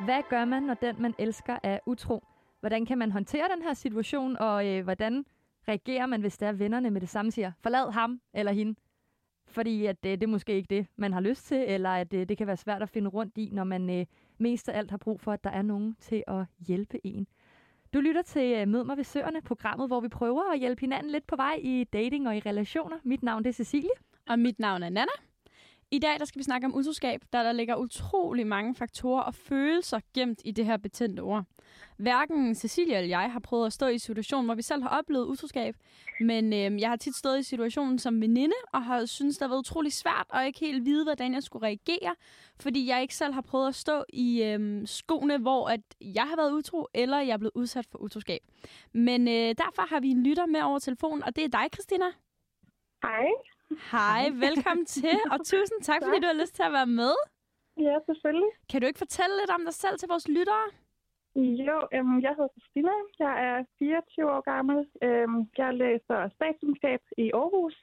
Hvad gør man, når den, man elsker, er utro? Hvordan kan man håndtere den her situation, og hvordan reagerer man, hvis der er vennerne med det samme siger, forlad ham eller hende? Fordi at det er måske ikke det, man har lyst til, eller at det kan være svært at finde rundt i, når man mest af alt har brug for, at der er nogen til at hjælpe en. Du lytter til Mød mig ved Søerne, programmet, hvor vi prøver at hjælpe hinanden lidt på vej i dating og i relationer. Mit navn det er Cecilie. Og mit navn er Nana. I dag der skal vi snakke om utroskab, der ligger utrolig mange faktorer og følelser gemt i det her betændte ord. Hverken Cecilie eller jeg har prøvet at stå i en situation, hvor vi selv har oplevet utroskab, men jeg har tit stået i situationen som veninde, og har synes, det har været utrolig svært, og ikke helt vide, hvordan jeg skulle reagere, fordi jeg ikke selv har prøvet at stå i skoene, hvor at jeg har været utro, eller jeg er blevet udsat for utroskab. Men derfor har vi en lytter med over telefonen, og det er dig, Christina. Hej. Hej, velkommen til, og tusind tak, fordi du har lyst til at være med. Ja, selvfølgelig. Kan du ikke fortælle lidt om dig selv til vores lyttere? Jo, jeg hedder Christina. Jeg er 24 år gammel. Jeg læser statskundskab i Aarhus.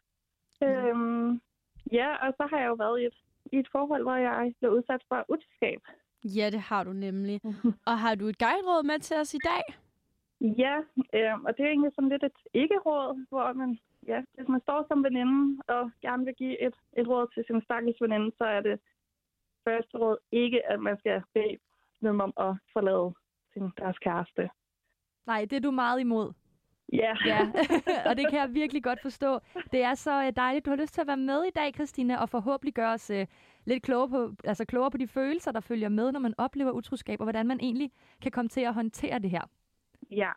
Ja, og så har jeg jo været i et forhold, hvor jeg blev udsat for utroskab. Ja, det har du nemlig. Og har du et guideråd med til os i dag? Ja, og det er egentlig sådan lidt et ikke-råd, hvor man, ja, hvis man står som veninde og gerne vil give et råd til sin stakkels veninde, så er det første råd ikke, at man skal bede dem om at forlade deres kæreste. Nej, det er du meget imod. Ja. Ja, og det kan jeg virkelig godt forstå. Det er så dejligt, du har lyst til at være med i dag, Christina, og forhåbentlig gøre os lidt klogere på de følelser, der følger med, når man oplever utroskab, og hvordan man egentlig kan komme til at håndtere det her. Ja.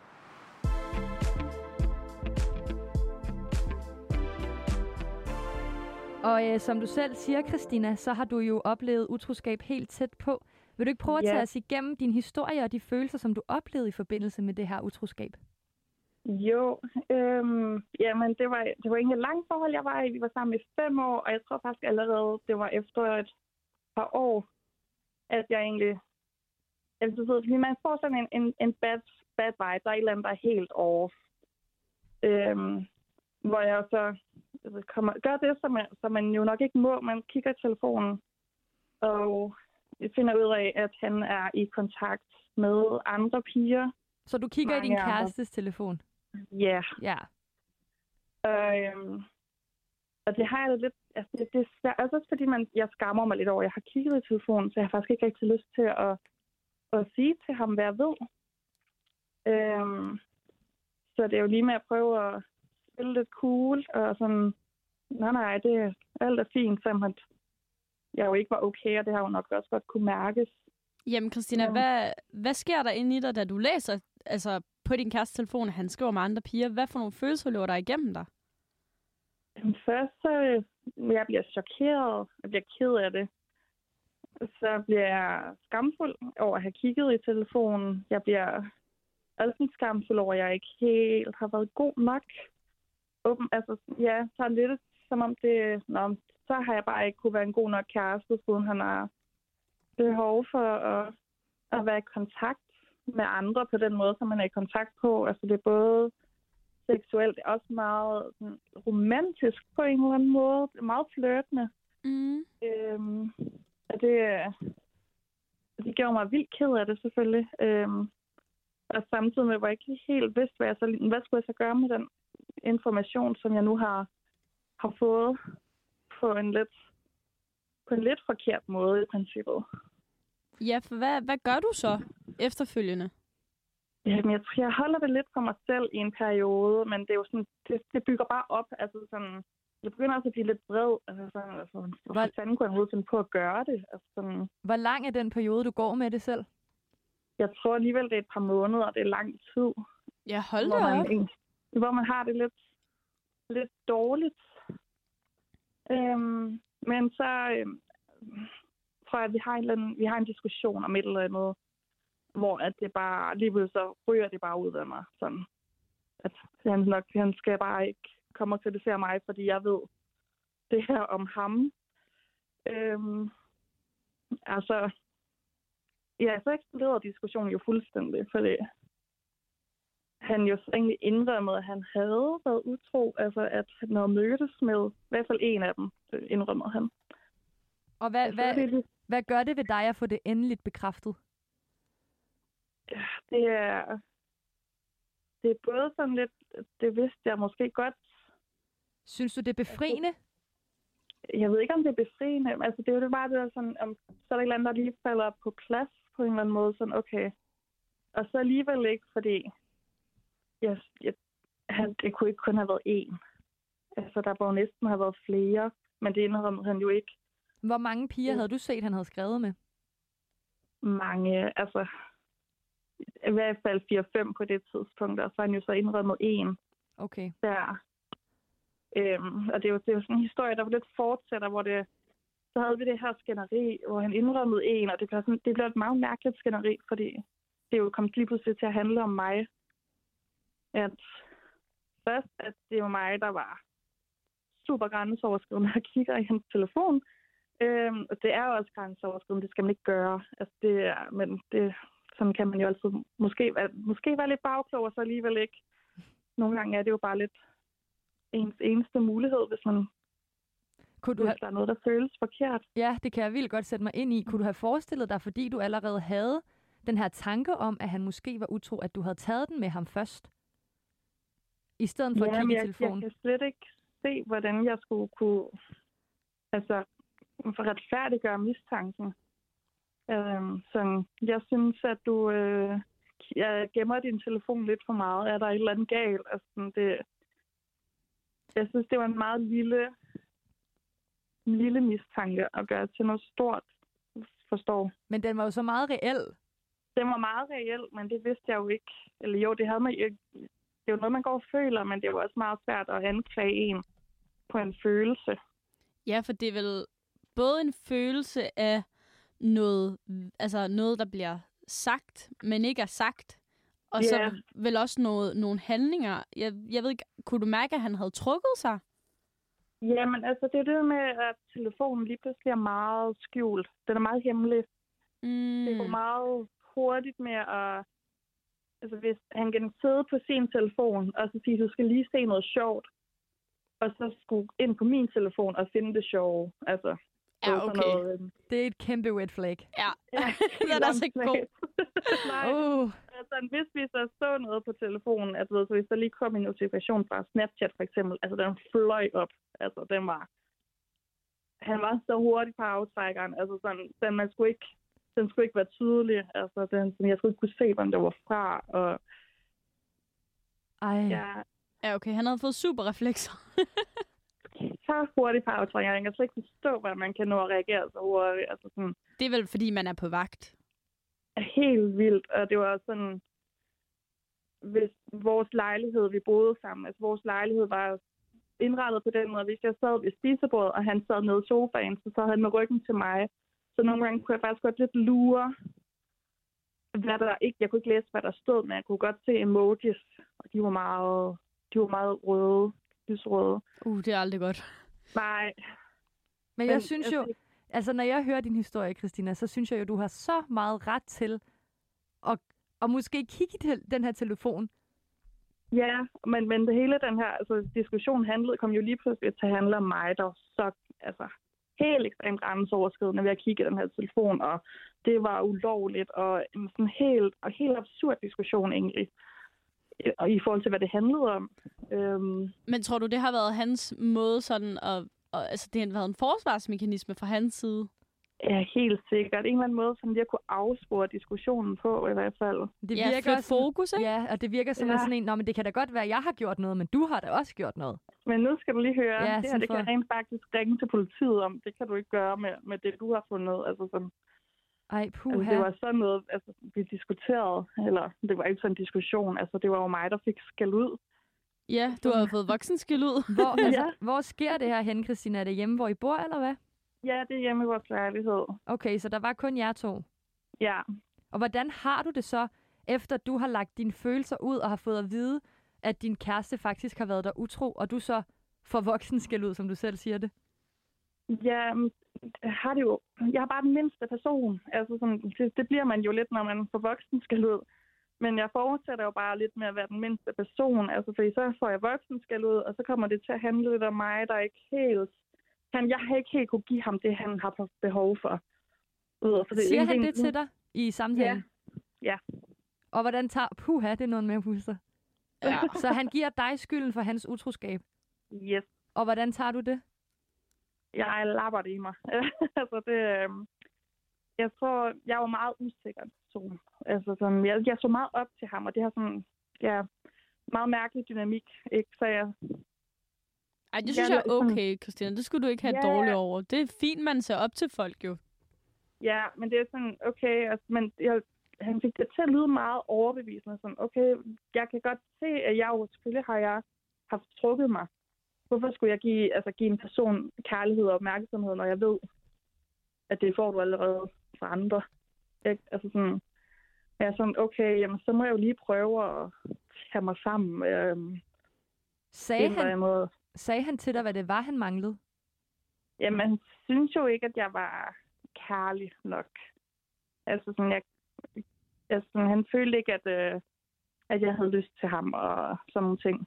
Og som du selv siger, Christina, så har du jo oplevet utroskab helt tæt på. Vil du ikke prøve at tage os igennem din historie og de følelser, som du oplevede i forbindelse med det her utroskab? Jo, jamen det var egentlig et langt forhold, jeg var i. Vi var sammen i 5 år, og jeg tror faktisk allerede, det var efter et par år, at jeg egentlig... Altså, fordi man får sådan en bad vibe, der er et eller andet, der er helt off. Hvor jeg så gør det, som man jo nok ikke må. Man kigger i telefonen, og finder ud af, at han er i kontakt med andre piger. Så du kigger i din kærestes telefon? Ja. Ja. Og det har jeg lidt... Altså, det er svært, altså fordi jeg skammer mig lidt over, jeg har kigget i telefonen, så jeg har faktisk ikke rigtig lyst til at sige til ham, hvad jeg ved. Så det er jo lige med at prøve at spille lidt cool, og sådan, nej, alt er fint, selvom jeg jo ikke var okay, og det har jo nok også godt kunne mærkes. Jamen, Christina, hvad sker der inde i dig, da du læser altså, på din kærestes telefon, at han skriver med andre piger? Hvad for nogle følelser løber der igennem dig? Først så jeg bliver chokeret, jeg bliver ked af det. Så bliver jeg skamfuld over at have kigget i telefonen. Jeg bliver også skamfuld over, at jeg ikke helt har været god nok. Altså, ja, så er det lidt som om det... så har jeg bare ikke kunne være en god nok kæreste, siden han har behov for at være i kontakt med andre på den måde, som man er i kontakt på. Altså, det er både seksuelt, det er også meget sådan, romantisk på en eller anden måde. Det er meget flirtende. Og det gjorde mig vildt ked af det, selvfølgelig. Og samtidig med, at jeg ikke helt vidste, hvad skulle jeg så gøre med den information, som jeg nu har fået på en lidt forkert måde i princippet. Ja, for hvad gør du så efterfølgende? Jamen, jeg holder det lidt for mig selv i en periode, men det er jo sådan, det bygger bare op. Altså sådan, jeg begynder også at blive lidt vred. Hvor fanden kunne jeg overhovedet finde på at gøre det? Altså sådan, hvor lang er den periode, du går med det selv? Jeg tror alligevel, det er et par måneder, og det er lang tid. Ja, hold da op. Hvor man har det lidt dårligt. Men så tror jeg, at vi har en diskussion om et eller andet, hvor at det bare, alligevel så ryger det bare ud af mig. Sådan, at han skal bare ikke komme og kritisere mig, fordi jeg ved det her om ham. Altså, ja, så eksploderede diskussionen jo fuldstændig, fordi han jo egentlig indrømmede, at han havde været utro, altså at han havde mødtes med i hvert fald en af dem, indrømmede han. Og Hvad gør det ved dig at få det endeligt bekræftet? Det er både sådan lidt, det vidste jeg måske godt. Synes du, det er befriende? Jeg ved ikke, om det er befriende. Altså, det er jo bare det der sådan, så er der et eller andet, der lige falder på plads på en eller anden måde. Sådan, okay. Og så alligevel ikke, fordi det kunne ikke kun have været én. Altså, der må næsten have været flere, men det indrømmede han jo ikke. Hvor mange piger havde du set, han havde skrevet med? Mange, altså i hvert fald 4-5 på det tidspunkt, og så har han jo så indrømmet én. Okay. Der. Og det er jo sådan en historie, der var lidt fortsætter, hvor så havde vi det her skænderi, hvor han indrømmede en, og det blev et meget mærkeligt skænderi, fordi det jo kom lige pludselig til at handle om mig. At det var mig, der var super grænseoverskridende, og kigger i hans telefon. Og det er jo også grænseoverskridende, det skal man ikke gøre. Altså, sådan kan man jo altid måske være lidt bagklog, og så alligevel ikke. Nogle gange er det jo bare lidt ens eneste mulighed, hvis der er noget, der føles forkert. Ja, det kan jeg vildt godt sætte mig ind i. Kunne du have forestillet dig, fordi du allerede havde den her tanke om, at han måske var utro, at du havde taget den med ham først? I stedet for at kigge i telefonen? Jeg kan slet ikke se, hvordan jeg skulle kunne retfærdiggøre mistanken. Så jeg synes, at du gemmer din telefon lidt for meget. Er der et eller andet galt? Altså, jeg synes, det var en meget lille mistanke at gøre til noget stort, forstår. Men den var jo så meget reel. Den var meget reel, men det vidste jeg jo ikke. Eller jo, det havde man jo. Det er jo noget, man går og føler, men det er jo også meget svært at anklage en på en følelse. Ja, for det er vel både en følelse af noget, altså noget, der bliver sagt, men ikke er sagt. Og så vel også nogle handlinger. Jeg ved ikke, kunne du mærke, at han havde trukket sig? Jamen, altså det er det med, at telefonen lige pludselig er meget skjult. Den er meget hemmelig. Det går meget hurtigt med at... Altså hvis han kan sidde på sin telefon, og så sige, du skal lige se noget sjovt, og så skulle ind på min telefon og finde det sjove. Altså, ja, okay. Noget, det er et kæmpe red flag. Ja, det er altså ikke god. Nej, altså hvis vi så noget på telefonen, altså hvis der lige kom en notifikation fra Snapchat for eksempel, altså den fløj op. Altså han var så hurtig på aftrækkeren, altså sådan, den skulle ikke være tydelig, altså jeg skulle ikke kunne se, hvordan det var fra, og ja, okay, han havde fået super reflekser. Så hurtigt på aftrækkeren, jeg kan slet ikke forstå, hvordan man kan nå at reagere så hurtigt, altså sådan. Det er vel, fordi man er på vagt? Helt vildt, og det var sådan, hvis vores lejlighed, vi boede sammen, altså vores lejlighed var indrettet på den måde, hvis jeg sad ved spisebordet, og han sad nede i sofaen, så sad han med ryggen til mig. Så nogle gange kunne jeg faktisk godt lidt lure, jeg kunne ikke læse, hvad der stod, men jeg kunne godt se emojis, og de var meget røde, lysrøde. Det er aldrig godt. Nej. Men jeg synes jo, altså når jeg hører din historie, Christina, så synes jeg jo, du har så meget ret til at måske kigge i den her telefon. Ja, men det hele den her diskussion kom jo lige pludselig til at handle om mig, der var så helt ekstremt grænseoverskridende ved at kigge i den her telefon, og det var ulovligt, og en sådan helt absurd diskussion egentlig, og i forhold til, hvad det handlede om. Men tror du, det har været hans måde sådan altså det har været en forsvarsmekanisme fra hans side? Ja, helt sikkert. En eller anden måde, sådan lige at kunne afspore diskussionen på, i hvert fald. Det virker også fokus, ikke? Ja, og det virker som sådan en, men det kan da godt være, at jeg har gjort noget, men du har da også gjort noget. Men nu skal du lige høre, det kan rent faktisk ringe til politiet om. Det kan du ikke gøre med det, du har fundet. Altså sådan. Ej, puha. Altså, det var sådan noget, vi diskuterede, eller det var ikke sådan en diskussion. Altså, det var jo mig, der fik skæld ud. Ja, du har fået voksenskæld ud. Hvor sker det her henne, Christina? Er det hjemme, hvor I bor, eller hvad? Ja, det er hjemme i vores lejlighed. Okay, så der var kun jer to? Ja. Og hvordan har du det så, efter du har lagt dine følelser ud og har fået at vide, at din kæreste faktisk har været der utro, og du så får voksenskæld ud, som du selv siger det? Ja, jeg er bare den mindste person. Altså sådan, det bliver man jo lidt, når man får voksenskæld ud. Men jeg fortsætter jo bare lidt med at være den mindste person. Altså, fordi så får jeg voksenskæld ud, og så kommer det til at handle lidt om mig, der ikke helt... Jeg har ikke helt kunne give ham det, han har behov for. Siger han det til dig i samtalen? Ja. Og hvordan tager... Puha, det er noget med at huske. Ja. Så han giver dig skylden for hans utroskab. Yes. Og hvordan tager du det? Jeg lapper det i mig. Altså, det... Jeg tror, jeg var meget usikker person. Altså, sådan, jeg så meget op til ham, og det har sådan... Ja, meget mærkelig dynamik, ikke? Så jeg... Ej, det synes jeg er okay, Christina. Det skulle du ikke have dårligt over. Det er fint, man ser op til folk jo. Ja, men det er sådan, okay, altså, men han fik det til at lyde meget overbevisende. Sådan, okay, jeg kan godt se, at selvfølgelig har jeg haft trukket mig. Hvorfor skulle jeg give en person kærlighed og opmærksomhed, når jeg ved, at det får du allerede fra andre? Ikke? Altså sådan, jeg er sådan, okay, jamen, så må jeg jo lige prøve at tage mig sammen. Sagde han til dig, hvad det var, han manglede? Jamen, han synes jo ikke, at jeg var kærlig nok. Altså sådan, han følte ikke, at jeg havde lyst til ham og sådan nogle ting.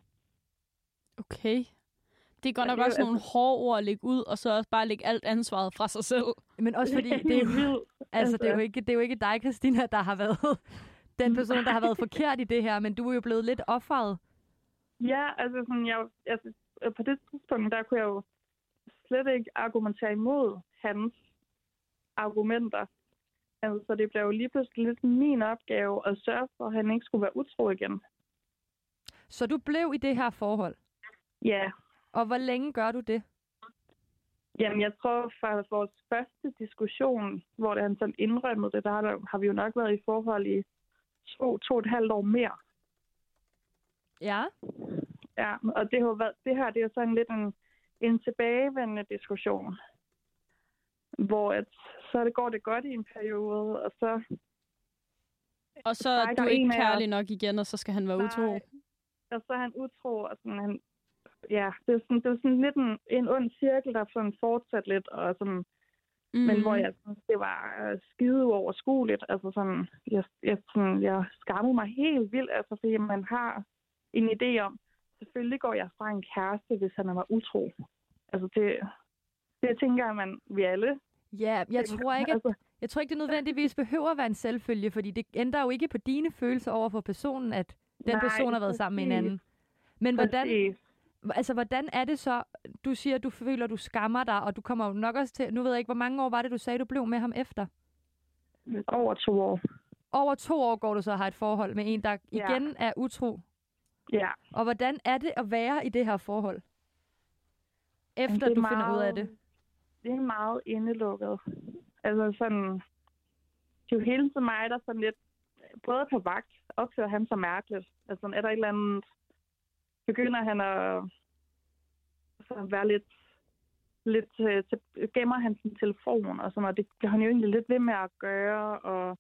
Okay. Det er godt nok også nogle hårde ord at lægge ud, og så også bare lægge alt ansvaret fra sig selv. Men også fordi, det er jo ikke dig, Christina, der har været den person, der har været forkert i det her, men du er jo blevet lidt offeret. Ja, altså sådan, på det tidspunkt, der kunne jeg jo slet ikke argumentere imod hans argumenter. Altså, så det blev jo lige pludselig lidt min opgave at sørge for, at han ikke skulle være utro igen. Så du blev i det her forhold? Ja. Og hvor længe gør du det? Jamen, jeg tror fra vores første diskussion, hvor han sådan indrømmede det, der har vi jo nok været i forhold i 2,5 år mere. Ja. Ja, og det er jo sådan lidt en tilbagevendende diskussion, hvor så går det godt i en periode, og så... Og så er du ikke kærlig nok igen, og så skal han være utro. Og så er han utro, og sådan det er sådan lidt en ond cirkel, der sådan fortsat lidt, og sådan... Men hvor jeg synes, det var skide uoverskueligt. Altså sådan, jeg skammede mig helt vildt, altså fordi man har en idé om, selvfølgelig går jeg fra en kæreste, hvis han var utro. Altså det tænker jeg, vi alle. Ja, jeg tror ikke, det nødvendigvis behøver at være en selvfølge, fordi det ændrer jo ikke på dine følelser over for personen, at den person har været sammen med en anden. Men hvordan er det så, du siger, at du føler, at du skammer dig, og du kommer jo nok også til, nu ved jeg ikke, hvor mange år var det, du sagde, du blev med ham efter? Over 2 år. Over 2 år går du så og har et forhold med en, der igen er utro? Ja. Og hvordan er det at være i det her forhold? Efter du finder ud af det? Det er meget indelukket. Altså sådan, det er jo hele tiden mig, der sådan lidt, både på vagt, opfører han så mærkeligt. Altså er der et eller andet, begynder han at være lidt gemmer han sin telefon og sådan noget. Det bliver han jo egentlig lidt ved med at gøre, og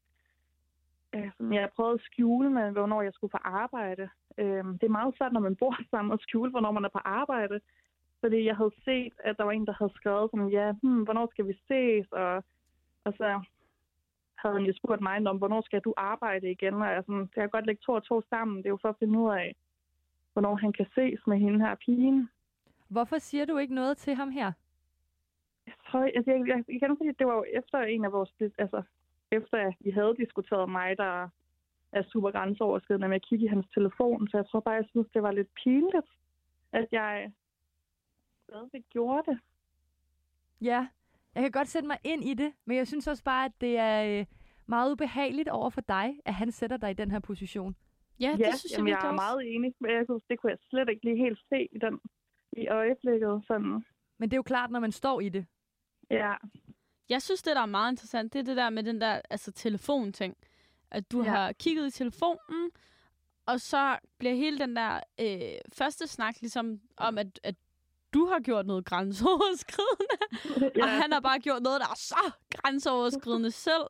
jeg prøvede at skjule med, hvornår jeg skulle på arbejde. Det er meget svært, når man bor sammen, og skjule, hvornår man er på arbejde. Fordi jeg havde set, at der var en, der havde skrevet sådan, hvornår skal vi ses? Og så havde han jo spurgt mig om, hvornår skal du arbejde igen? Og jeg kan godt lægge 2 og 2 sammen. Det er jo for at finde ud af, hvornår han kan ses med hende her pigen. Hvorfor siger du ikke noget til ham her? Jeg tror, jeg kan fordi det var jo efter en af vores... Altså, efter vi havde diskuteret mig, der er super grænseoverskridende med at kigge i hans telefon. Så jeg tror bare, jeg synes, det var lidt pinligt, at jeg stadigvæk gjorde det. Ja, jeg kan godt sætte mig ind i det, men jeg synes også bare, at det er meget ubehageligt over for dig, at han sætter dig i den her position. Ja, det synes jeg er meget enig, men det kunne jeg slet ikke lige helt se i øjeblikket. Sådan. Men det er jo klart, når man står i det. Ja. Jeg synes, det der er meget interessant, det er det der med den der telefonting. At du har kigget i telefonen, og så bliver hele den der første snak ligesom om, at du har gjort noget grænseoverskridende, og han har bare gjort noget, der er så grænseoverskridende selv.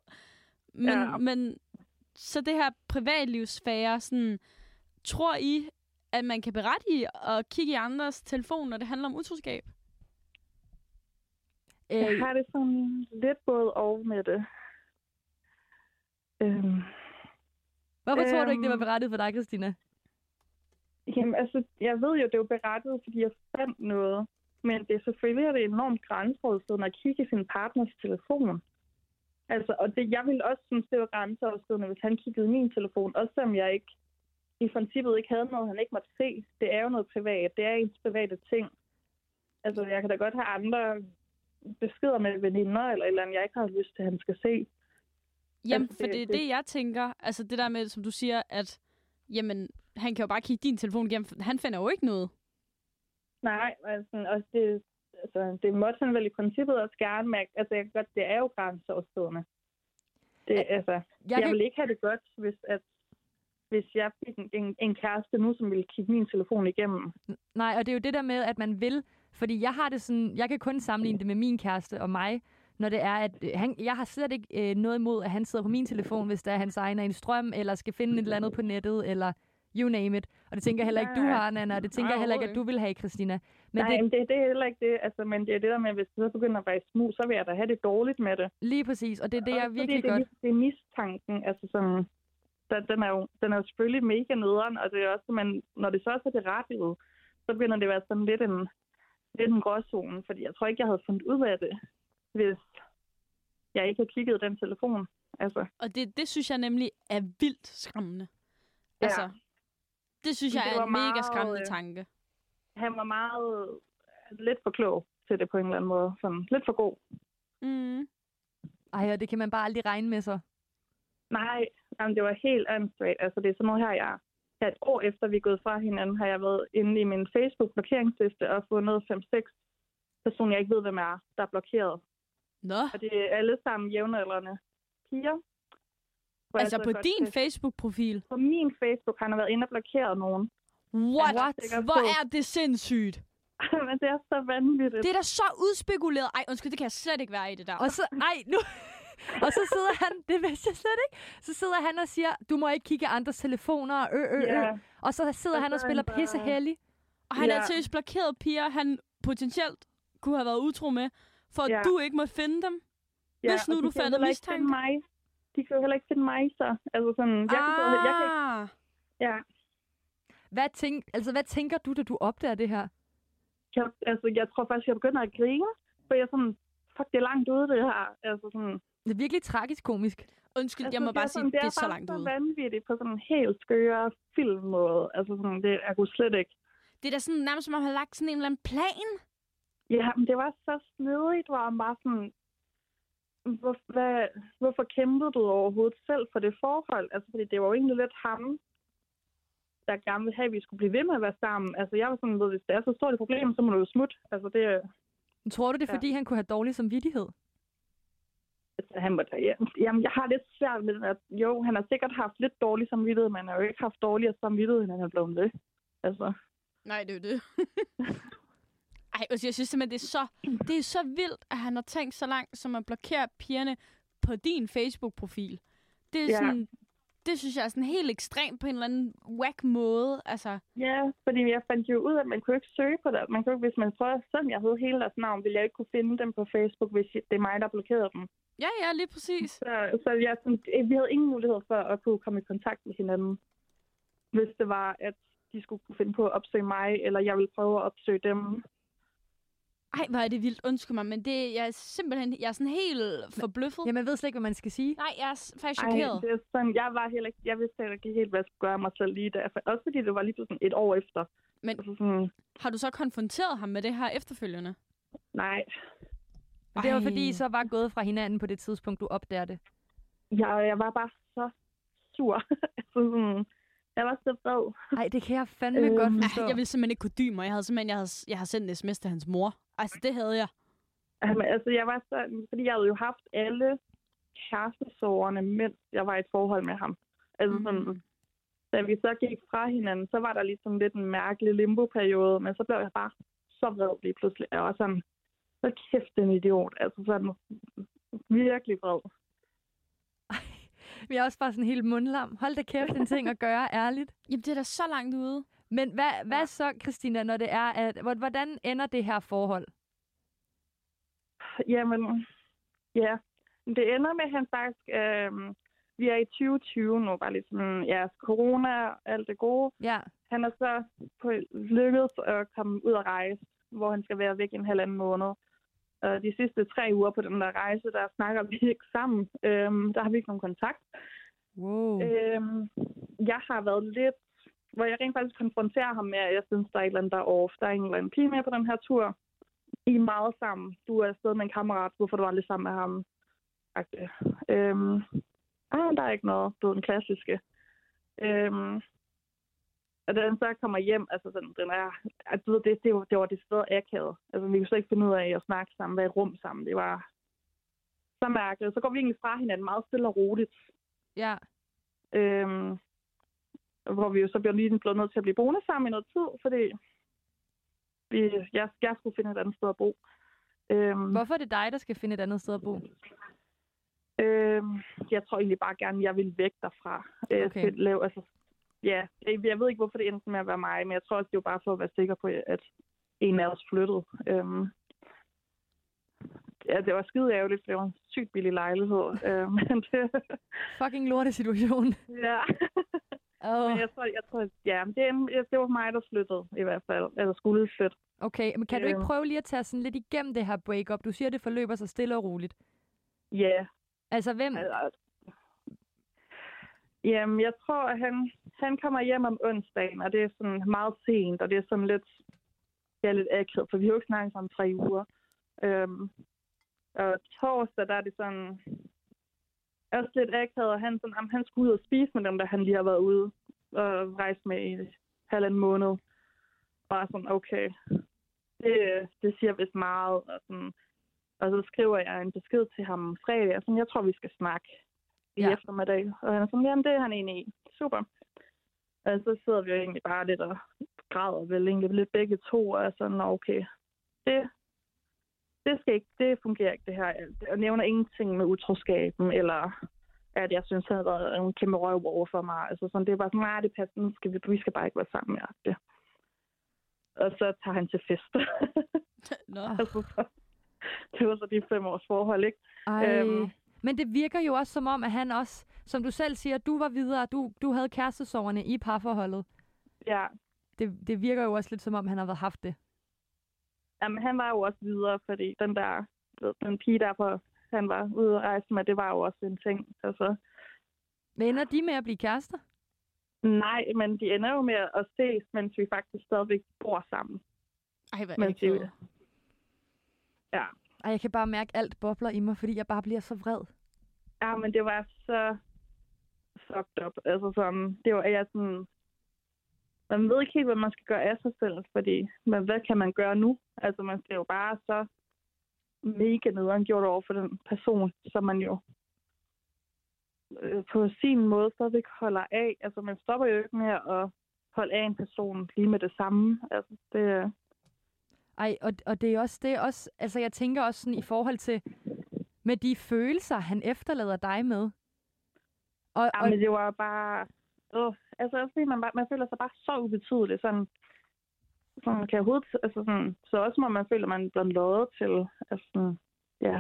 Men så det her privatlivssfære, sådan, tror I, at man kan berettige at kigge i andres telefon, når det handler om utroskab? Jeg har det sådan lidt både og med det. Hvorfor tror du ikke, det var berettiget for dig, Christina? Jamen, altså, jeg ved jo, det er jo berettiget, fordi jeg fandt noget. Men det er selvfølgelig enormt grænseoverskridende at kigge i sin partners telefon. Altså, og jeg ville også synes, det var grænseoverskridende, hvis han kiggede i min telefon. Også selvom jeg ikke i princippet ikke havde noget, han ikke måtte se. Det er jo noget privat. Det er ens private ting. Altså, jeg kan da godt have andre beskeder med veninder, eller et eller andet, jeg ikke har lyst til, at han skal se. Jamen, altså, for det er det, jeg tænker. Altså, det der med, som du siger, at jamen, han kan jo bare kigge din telefon igennem. Han finder jo ikke noget. Nej, altså, det måtte han vel i princippet også gerne mærke. Altså, jeg kan godt, det er jo grænseoverskridende. Jeg vil ikke have det godt, hvis jeg fik en kæreste nu, som ville kigge min telefon igennem. Nej, og det er jo det der med, at man vil. Fordi jeg har det sådan, jeg kan kun sammenligne det med min kæreste og mig, når det er, at jeg har slet ikke noget imod, at han sidder på min telefon, hvis der er hans egen er en strøm, eller skal finde et eller andet på nettet, eller you name it. Og det tænker jeg heller ikke, du har, Nanna, og det tænker jeg heller ikke, at du vil have, Christina. Men nej, det er heller ikke det. Altså, men det er det der med, at hvis du så begynder at være smug, så vil jeg da have det dårligt med det. Lige præcis, og det er det, jeg virkelig godt. Det er mistanken, altså sådan, den er jo selvfølgelig mega nederen, og det er også, når det så også er det rettet, så begynder det at være sådan lidt en gråzone, fordi jeg tror ikke, jeg havde fundet ud af det, hvis jeg ikke havde kigget den telefon. Altså. Og det synes jeg nemlig er vildt skræmmende. Ja. Altså, det synes jeg er en mega skræmmende tanke. Han var meget lidt for klog til det på en eller anden måde. Sådan, lidt for god. Mm. Ej, og det kan man bare aldrig regne med så. Nej, jamen, det var helt åndssvagt. Altså, det er sådan noget her, et år efter vi er gået fra hinanden, har jeg været inde i min Facebook-blokeringsliste og fundet 5-6 personer, jeg ikke ved, hvem er, der er blokeret. Nå. Og det er alle sammen jævnaldrende piger. Altså på din Facebook-profil? På min Facebook har han været inde og blokeret nogen. What? Hvor er det sindssygt? Men det er så vanvittigt. Det er da så udspekuleret. Ej, undskyld, det kan jeg slet ikke være i det der. Og så, og så sidder han, det vidste jeg slet ikke, så sidder han og siger, du må ikke kigge andres telefoner, Yeah. Og så sidder han og spiller pissehellig. Og han er seriøst blokeret piger, han potentielt kunne have været utro med, for at du ikke må finde dem. Hvis nu du fandt mistanke. De kan jo heller ikke finde mig, så. Altså sådan, jeg kan ikke. Ja. Hvad tænker du, da du opdager det her? Jeg tror faktisk, jeg begynder at grine, for jeg er sådan, fuck, det er langt ude, det her. Altså sådan. Det er virkelig tragisk-komisk. Undskyld, jeg må bare sige, det er så langt ude. Det er bare så vanvittigt på sådan en helt skøre filmmåde. Altså sådan, det er jo slet ikke. Det er da sådan nærmest som om, han har lagt sådan en eller anden plan. Ja, men det var så snedigt, hvor han bare sådan, hvorfor kæmpede du overhovedet selv for det forhold? Altså, fordi det var jo egentlig lidt ham, der gerne ville have, at vi skulle blive ved med at være sammen. Altså, jeg var sådan, hvis det er så stort et problem, så må du jo smutte. Altså, det. Tror du det, fordi han kunne have dårlig samvittighed? Altså, jeg har lidt svært med at jo, han har sikkert haft lidt dårlig samvittighed, men han har jo ikke haft dårligere samvittighed, end han er blevet det. Altså. Nej, det er jo det. Ej, jeg synes simpelthen, det er så vildt, at han har tænkt så langt, som at blokere pigerne på din Facebook-profil. Det er sådan, det synes jeg er sådan helt ekstremt på en eller anden whack måde. Altså. Ja, fordi jeg fandt jo ud af, at man kunne ikke søge på det. Man kunne ikke, hvis man prøver, selvom jeg havde hele deres navn, ville jeg ikke kunne finde dem på Facebook, hvis det er mig, der blokerede dem. Ja, lige præcis. Så vi havde ingen mulighed for at kunne komme i kontakt med hinanden, hvis det var, at de skulle kunne finde på at opsøge mig, eller jeg ville prøve at opsøge dem. Ej, hvor er det vildt. Undskyld mig, men jeg er simpelthen sådan helt forbløffet. Jamen, jeg ved slet ikke, hvad man skal sige. Nej, jeg er faktisk chokeret. Det er sådan, jeg vidste heller ikke helt, hvad jeg skulle gøre mig selv lige der. Også fordi det var lige sådan et år efter. Men altså sådan, har du så konfronteret ham med det her efterfølgende? Nej. Det var fordi, I så var gået fra hinanden på det tidspunkt, du opdager det. Jeg var bare så sur. Altså sådan, jeg var så vred. Nej, det kan jeg fandme godt forstå. Jeg ville simpelthen ikke kunne dybe mig. Jeg har sendt en sms til hans mor. Altså, det havde jeg. Altså, jeg var så, fordi jeg havde jo haft alle kærestesorgerne, mens jeg var i et forhold med ham. Altså sådan, da vi så gik fra hinanden, så var der ligesom lidt en mærkelig limbo-periode, men så blev jeg bare så vred lige pludselig. Jeg var sådan, så kæft en idiot. Altså sådan, virkelig vred. Vi er også bare sådan helt mundlam. Hold da kæft, en ting at gøre, ærligt. Jamen, det er da så langt ude. Men hvad så, Christina, når det er, at hvordan ender det her forhold? Jamen, ja. Det ender med, at han faktisk, vi er i 2020 nu, bare lidt sådan, corona og alt det gode. Ja. Han er så lykkedes at komme ud og rejse, hvor han skal være væk i en 1,5 måned. Og de sidste 3 uger på den der rejse, der snakker vi ikke sammen. Der har vi ikke nogen kontakt. Wow. Jeg har været lidt, hvor jeg rent faktisk konfronterer ham med, at jeg synes, der er et eller andet, der er off. Der er en eller anden pige med på den her tur. I er meget sammen. Du er afsted med en kammerat. Hvorfor du aldrig sammen med ham? Der er ikke noget. Du er den klassiske. Og da den så kommer hjem, altså sådan, den er, altså, det var det sted akavet. Altså, vi kunne slet ikke finde ud af at snakke sammen, være i rum sammen. Det var så mærkeligt. Så går vi egentlig fra hinanden meget stille og roligt. Ja. Hvor vi jo så bliver lige blevet nødt til at blive boende sammen i noget tid, fordi jeg skulle finde et andet sted at bo. Hvorfor er det dig, der skal finde et andet sted at bo? Jeg tror egentlig bare gerne, jeg vil væk derfra. Okay. Altså, ja, jeg ved ikke, hvorfor det endte med at være mig, men jeg tror også, det er jo bare for at være sikker på, at en af os flyttede. Ja, det var skide ærgerligt, for det var en sygt billig lejlighed. Men det... Fucking lortesituation. Ja. Men jeg tror, ja, det var mig, der flyttede i hvert fald. Eller skulle flytte. Okay, men kan du ikke prøve lige at tage sådan lidt igennem det her breakup? Du siger, det forløber sig stille og roligt. Ja. Yeah. Altså, hvem? Jamen, jeg tror, at han kommer hjem om onsdagen, og det er sådan meget sent, og det er sådan lidt akavet, for vi har jo ikke snakket sammen 3 uger. Og torsdag, der er det sådan også lidt akavet, og han skulle ud og spise med dem, der han lige har været ude og rejse med i 1,5 måned. Og sådan, okay, det siger vist meget. Og så skriver jeg en besked til ham fredag, og sådan, jeg tror, vi skal snakke i eftermiddag. Og han er sådan, jamen, det er han enig i. Super. Og så sidder vi jo egentlig bare lidt og græder vel egentlig lidt begge to, og sådan, okay, det fungerer ikke det her. Jeg nævner ingenting med utroskaben, eller at jeg synes, han har været en kæmpe røv over for mig. Altså sådan, det er bare sådan, nej, det passer, vi skal bare ikke være sammen med det. Og så tager han til fest. Det var så de 5 års forhold, ikke? Men det virker jo også som om, at han også, som du selv siger, du var videre, du havde kærestesorgerne i parforholdet. Ja. Det virker jo også lidt som om, han har haft det. Jamen, han var jo også videre, fordi den pige der han var ude at rejse med, det var jo også en ting. Altså. Men ender de med at blive kærester? Nej, men de ender jo med at ses, mens vi faktisk stadigvæk bor sammen. Ej, hvad er det? Ja. Ej, jeg kan bare mærke alt bobler i mig, fordi jeg bare bliver så vred. Ja, men det var så fucked up. Altså sådan, det var jeg sådan... Man ved ikke helt, hvad man skal gøre af sig selv, fordi hvad kan man gøre nu? Altså, man skal jo bare så mega nederen gjort over for den person, som man jo på sin måde stadigvæk holder af. Altså, man stopper jo ikke med at holde af en person lige med det samme. Altså, det... Ej, og det er også, altså jeg tænker også sådan i forhold til, med de følelser, han efterlader dig med. Men det var bare... altså også fordi man føler sig bare så ubetydelig. Sådan kan jeg hovedet... Altså sådan, så også må man føle, at man bliver løjet til. Altså, ja.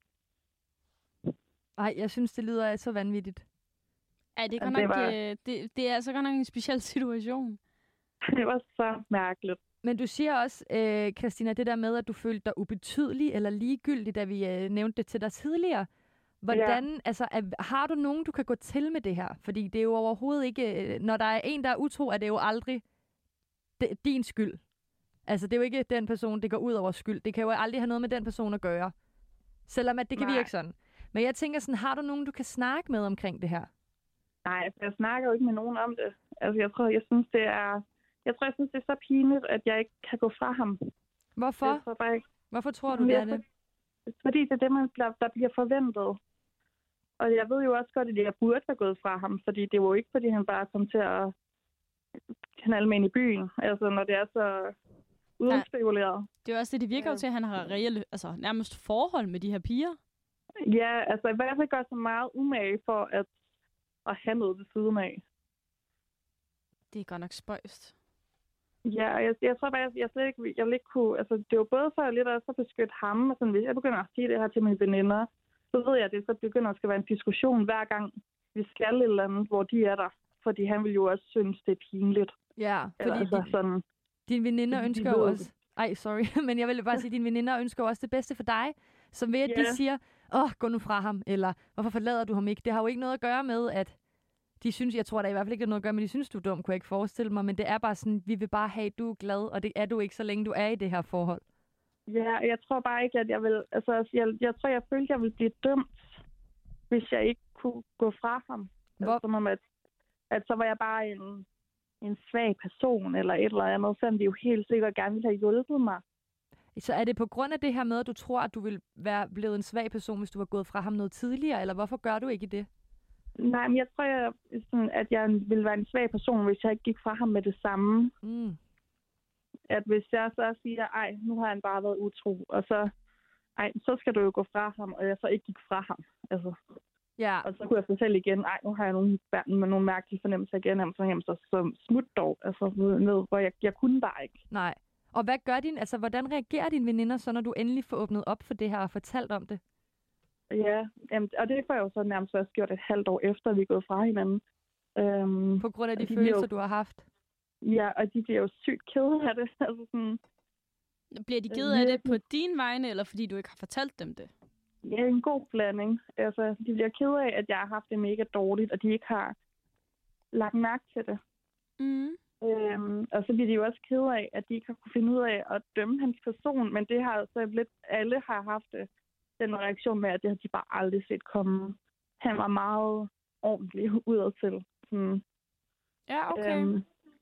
Ej, jeg synes, det lyder så vanvittigt. Ja, det er godt nok, det er altså godt nok en speciel situation. Det var så mærkeligt. Men du siger også, Christina, det der med, at du følte dig ubetydelig eller ligegyldig, da vi nævnte det til dig tidligere. Hvordan, altså, har du nogen, du kan gå til med det her? Fordi det er jo overhovedet ikke, når der er en, der er utro, er det jo aldrig din skyld. Altså, det er jo ikke den person, det går ud over skyld. Det kan jo aldrig have noget med den person at gøre. Selvom at det kan virke sådan. Men jeg tænker sådan, har du nogen, du kan snakke med omkring det her? Nej, jeg snakker jo ikke med nogen om det. Altså, jeg synes, det er så pinligt, at jeg ikke kan gå fra ham. Hvorfor? Hvorfor tror du, det er det? Fordi det er det, der bliver forventet. Og jeg ved jo også godt, at jeg burde have gået fra ham, fordi det var jo ikke, fordi han bare kom til at knalde med ind i byen. Altså, når det er så udspekuleret. Det er jo også det virker jo til, at han har reelle, altså nærmest forhold med de her piger. Ja, altså i hvert fald gør så meget umage for at have noget ved siden af. Det er godt nok spøjst. Ja, jeg tror bare, jeg slet ikke, jeg vil ikke kunne... Altså, det var både for lidt at beskytte ham, og sådan, hvis jeg begynder at sige det her til mine veninder, så ved jeg, at det så begynder at skal være en diskussion hver gang, vi skal et eller andet, hvor de er der. Fordi han vil jo også synes, det er pinligt. Ja, fordi altså, sådan, dine veninder ønsker jo også Ej, sorry, men jeg vil bare sige, at dine veninder ønsker også det bedste for dig. Som ved, at de siger, gå nu fra ham, eller hvorfor forlader du ham ikke? Det har jo ikke noget at gøre med, at de synes, jeg tror da i hvert fald ikke, det har noget at gøre med, de synes, du er dum, kunne jeg ikke forestille mig. Men det er bare sådan, vi vil bare have, at du er glad, og det er du ikke, så længe du er i det her forhold. Ja, jeg tror bare ikke, at jeg vil... Altså, jeg tror, jeg følte, at jeg ville blive dømt, hvis jeg ikke kunne gå fra ham. Altså, som om, at så var jeg bare en svag person, eller et eller andet, selvom de jo helt sikkert gerne ville have hjulpet mig. Så er det på grund af det her med, at du tror, at du ville være blevet en svag person, hvis du var gået fra ham noget tidligere, eller hvorfor gør du ikke det? Nej, men jeg tror, at jeg ville være en svag person, hvis jeg ikke gik fra ham med det samme. Mm. At hvis jeg så siger, ej, nu har han bare været utro, og så skal du jo gå fra ham, og jeg så ikke gik fra ham. Altså. Ja. Og så kunne jeg fortælle igen, ej, nu har jeg nogle mærkelige fornemmelser igen, så smut dog, altså ned, hvor jeg kunne bare ikke. Nej. Og hvad gør hvordan reagerer dine veninder så, når du endelig får åbnet op for det her og fortalt om det? Ja, og det får jeg jo så nærmest først gjort et halvt år efter, vi er gået fra hinanden. På grund af de følelser, du har haft? Ja, og de bliver jo sygt kede af det. Altså sådan, bliver de kede af det på din vegne, eller fordi du ikke har fortalt dem det? Ja, en god blanding. Altså, de bliver kede af, at jeg har haft det mega dårligt, og de ikke har lagt mærke til det. Mm. Og så bliver de jo også kede af, at de ikke har kunne finde ud af at dømme hans person, men det har så lidt, alle har haft den reaktion med, at det har de bare aldrig set komme. Han var meget ordentlig udadtil. Ja, okay.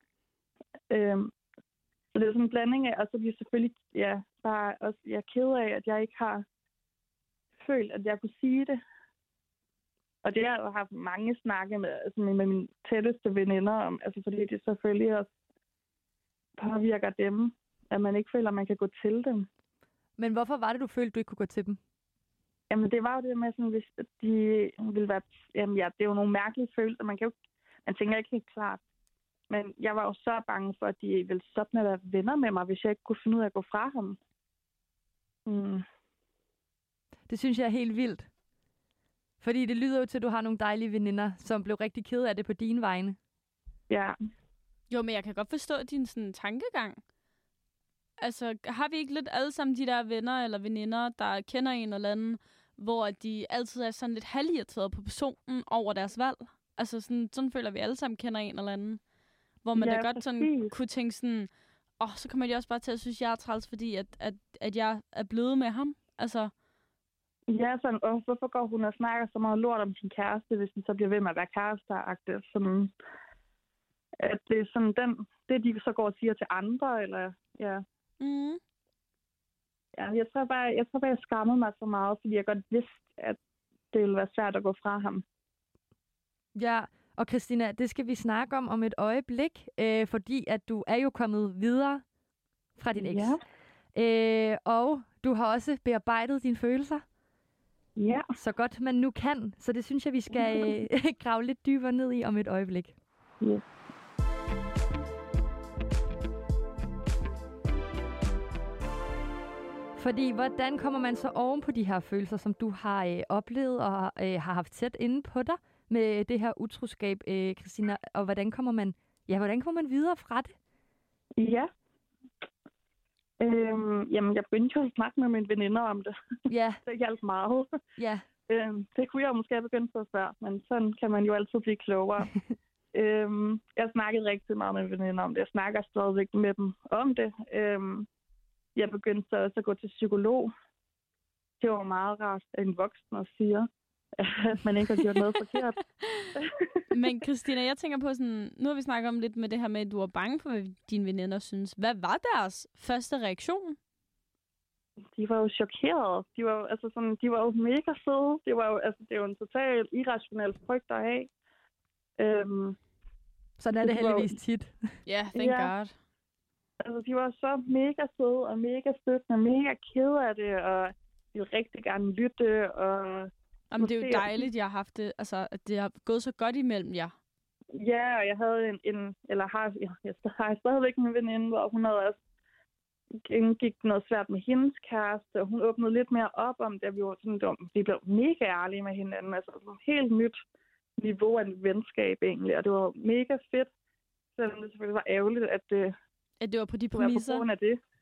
Så det er sådan en blanding af, og så bliver selvfølgelig, bare også, jeg er ked af, at jeg ikke har følt, at jeg kunne sige det. Og det har jeg jo haft mange snakke med mine tætteste veninder om, altså fordi det selvfølgelig også påvirker dem, at man ikke føler, at man kan gå til dem. Men hvorfor var det, du følte, du ikke kunne gå til dem? Jamen, det var jo det med, sådan, hvis de ville være... Jamen, ja, det er jo nogle mærkelige følelser. Man tænker ikke helt klart. Men jeg var jo så bange for, at de ville stoppe med at være venner med mig, hvis jeg ikke kunne finde ud af at gå fra ham. Mm. Det synes jeg er helt vildt. Fordi det lyder jo til, at du har nogle dejlige veninder, som blev rigtig kede af det på dine vegne. Ja. Jo, men jeg kan godt forstå din sådan tankegang. Altså, har vi ikke lidt alle sammen de der venner eller veninder, der kender en eller anden, hvor de altid er sådan lidt halvirriterede på personen over deres valg? Altså, sådan føler vi alle sammen kender en eller anden. Hvor man da godt sådan kunne tænke sådan, så kommer de også bare til at synes, jeg er træls, fordi at jeg er blevet med ham. Altså... Ja, sådan, hvorfor går hun og snakker så meget lort om sin kæreste, hvis den så bliver ved med at være kæresteagtig? Sådan, at det er sådan det de så går og siger til andre, eller ja. Mm. Ja, jeg tror bare, jeg skammede mig så meget, fordi jeg godt vidste, at det ville være svært at gå fra ham. Ja, og Christina, det skal vi snakke om et øjeblik, fordi at du er jo kommet videre fra din eks. Ja. Og du har også bearbejdet dine følelser. Ja. Så godt man nu kan. Så det synes jeg, vi skal grave lidt dybere ned i om et øjeblik. Ja. Fordi hvordan kommer man så oven på de her følelser, som du har oplevet og har haft tæt inde på dig med det her utroskab, Christina? Og hvordan kommer man videre fra det? Ja. Jamen, jeg begyndte jo at snakke med mine veninder om det. Ja. Det hjalp meget. Ja. Det kunne jeg måske have begyndt på før, men sådan kan man jo altid blive klogere. Jeg snakkede rigtig meget med mine veninder om det. Jeg snakker stadigvæk med dem om det. Jeg begyndte så også at gå til psykolog. Det var meget rart, at en voksen også siger, at man ikke har gjort noget forkert. Men Christina, jeg tænker på sådan, nu har vi snakket om lidt med det her med, at du var bange for, hvad dine veninder synes. Hvad var deres første reaktion? De var jo chokerede. De var jo mega søde. Det er jo en total irrationel frygt at have. Sådan er det heldigvis tit. Ja, thank God. Altså, de var så mega søde og mega støttende og mega kede af det, og de ville rigtig gerne lytte. Jamen, det er jo dejligt, jeg har haft det. Altså, at det har gået så godt imellem jer. Ja, og jeg havde jeg har stadigvæk en veninde, hvor hun havde også gik noget svært med hendes kæreste, og hun åbnede lidt mere op om det. Vi blev mega ærlige med hinanden. Altså, det var et helt nyt niveau af venskab egentlig, og det var mega fedt. Selvom det selvfølgelig var ærgerligt, at det var på de præmisser. På grund af det.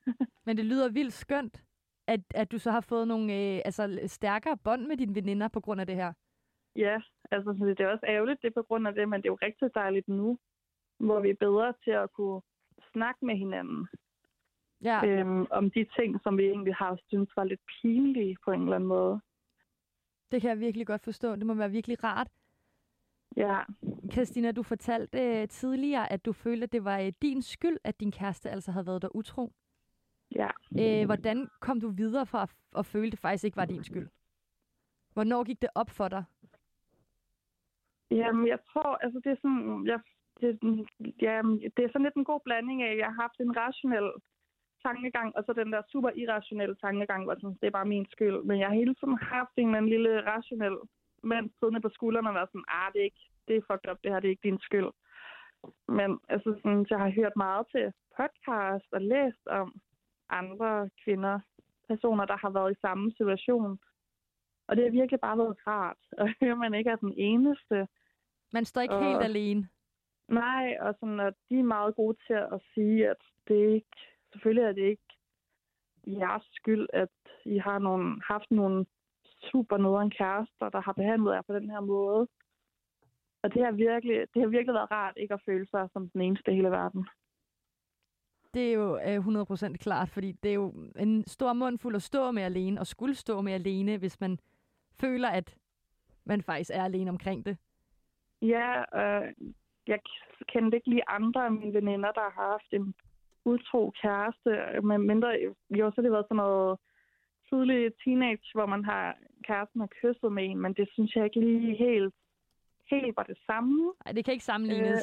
Men det lyder vildt skønt, at du så har fået nogle stærkere bånd med dine veninder på grund af det her. Ja, altså så det er også ærgerligt, det er på grund af det, men det er jo rigtig dejligt nu, hvor vi er bedre til at kunne snakke med hinanden om de ting, som vi egentlig har syntes var lidt pinlige på en eller anden måde. Det kan jeg virkelig godt forstå. Det må være virkelig rart. Ja. Christina, du fortalte tidligere, at du følte, at det var din skyld, at din kæreste altså havde været der utro. Ja. Hvordan kom du videre fra at føle, at det faktisk ikke var din skyld? Hvornår gik det op for dig? Jamen, jeg tror, altså det er sådan, det er sådan lidt en god blanding af, at jeg har haft en rationel tankegang, og så den der super irrationelle tankegang, hvor sådan, det er bare min skyld. Men jeg har hele tiden haft en eller anden lille rationel mand siddende på skuldrene og været sådan, det er fucked up, det her, det er ikke din skyld. Men altså sådan, jeg har hørt meget til podcast og læst om andre personer, der har været i samme situation. Og det har virkelig bare været rart at høre, at man ikke er den eneste. Man står ikke helt alene. Nej, og sådan, at de er meget gode til at sige, at det ikke, selvfølgelig er det ikke jeres skyld, at I har haft nogle super nederen kærester, der har behandlet jer på den her måde. Og det har virkelig været rart ikke at føle sig som den eneste i hele verden. Det er jo 100% klart, fordi det er jo en stor mundfuld at stå med alene, og skulle stå med alene, hvis man føler, at man faktisk er alene omkring det. Ja, jeg kendte ikke lige andre af mine veninder, der har haft en utro kæreste. Men mindre, jo, så har det været sådan noget tidlig teenage, hvor kæresten har kysset med en, men det synes jeg ikke lige helt var det samme. Nej, det kan ikke sammenlignes.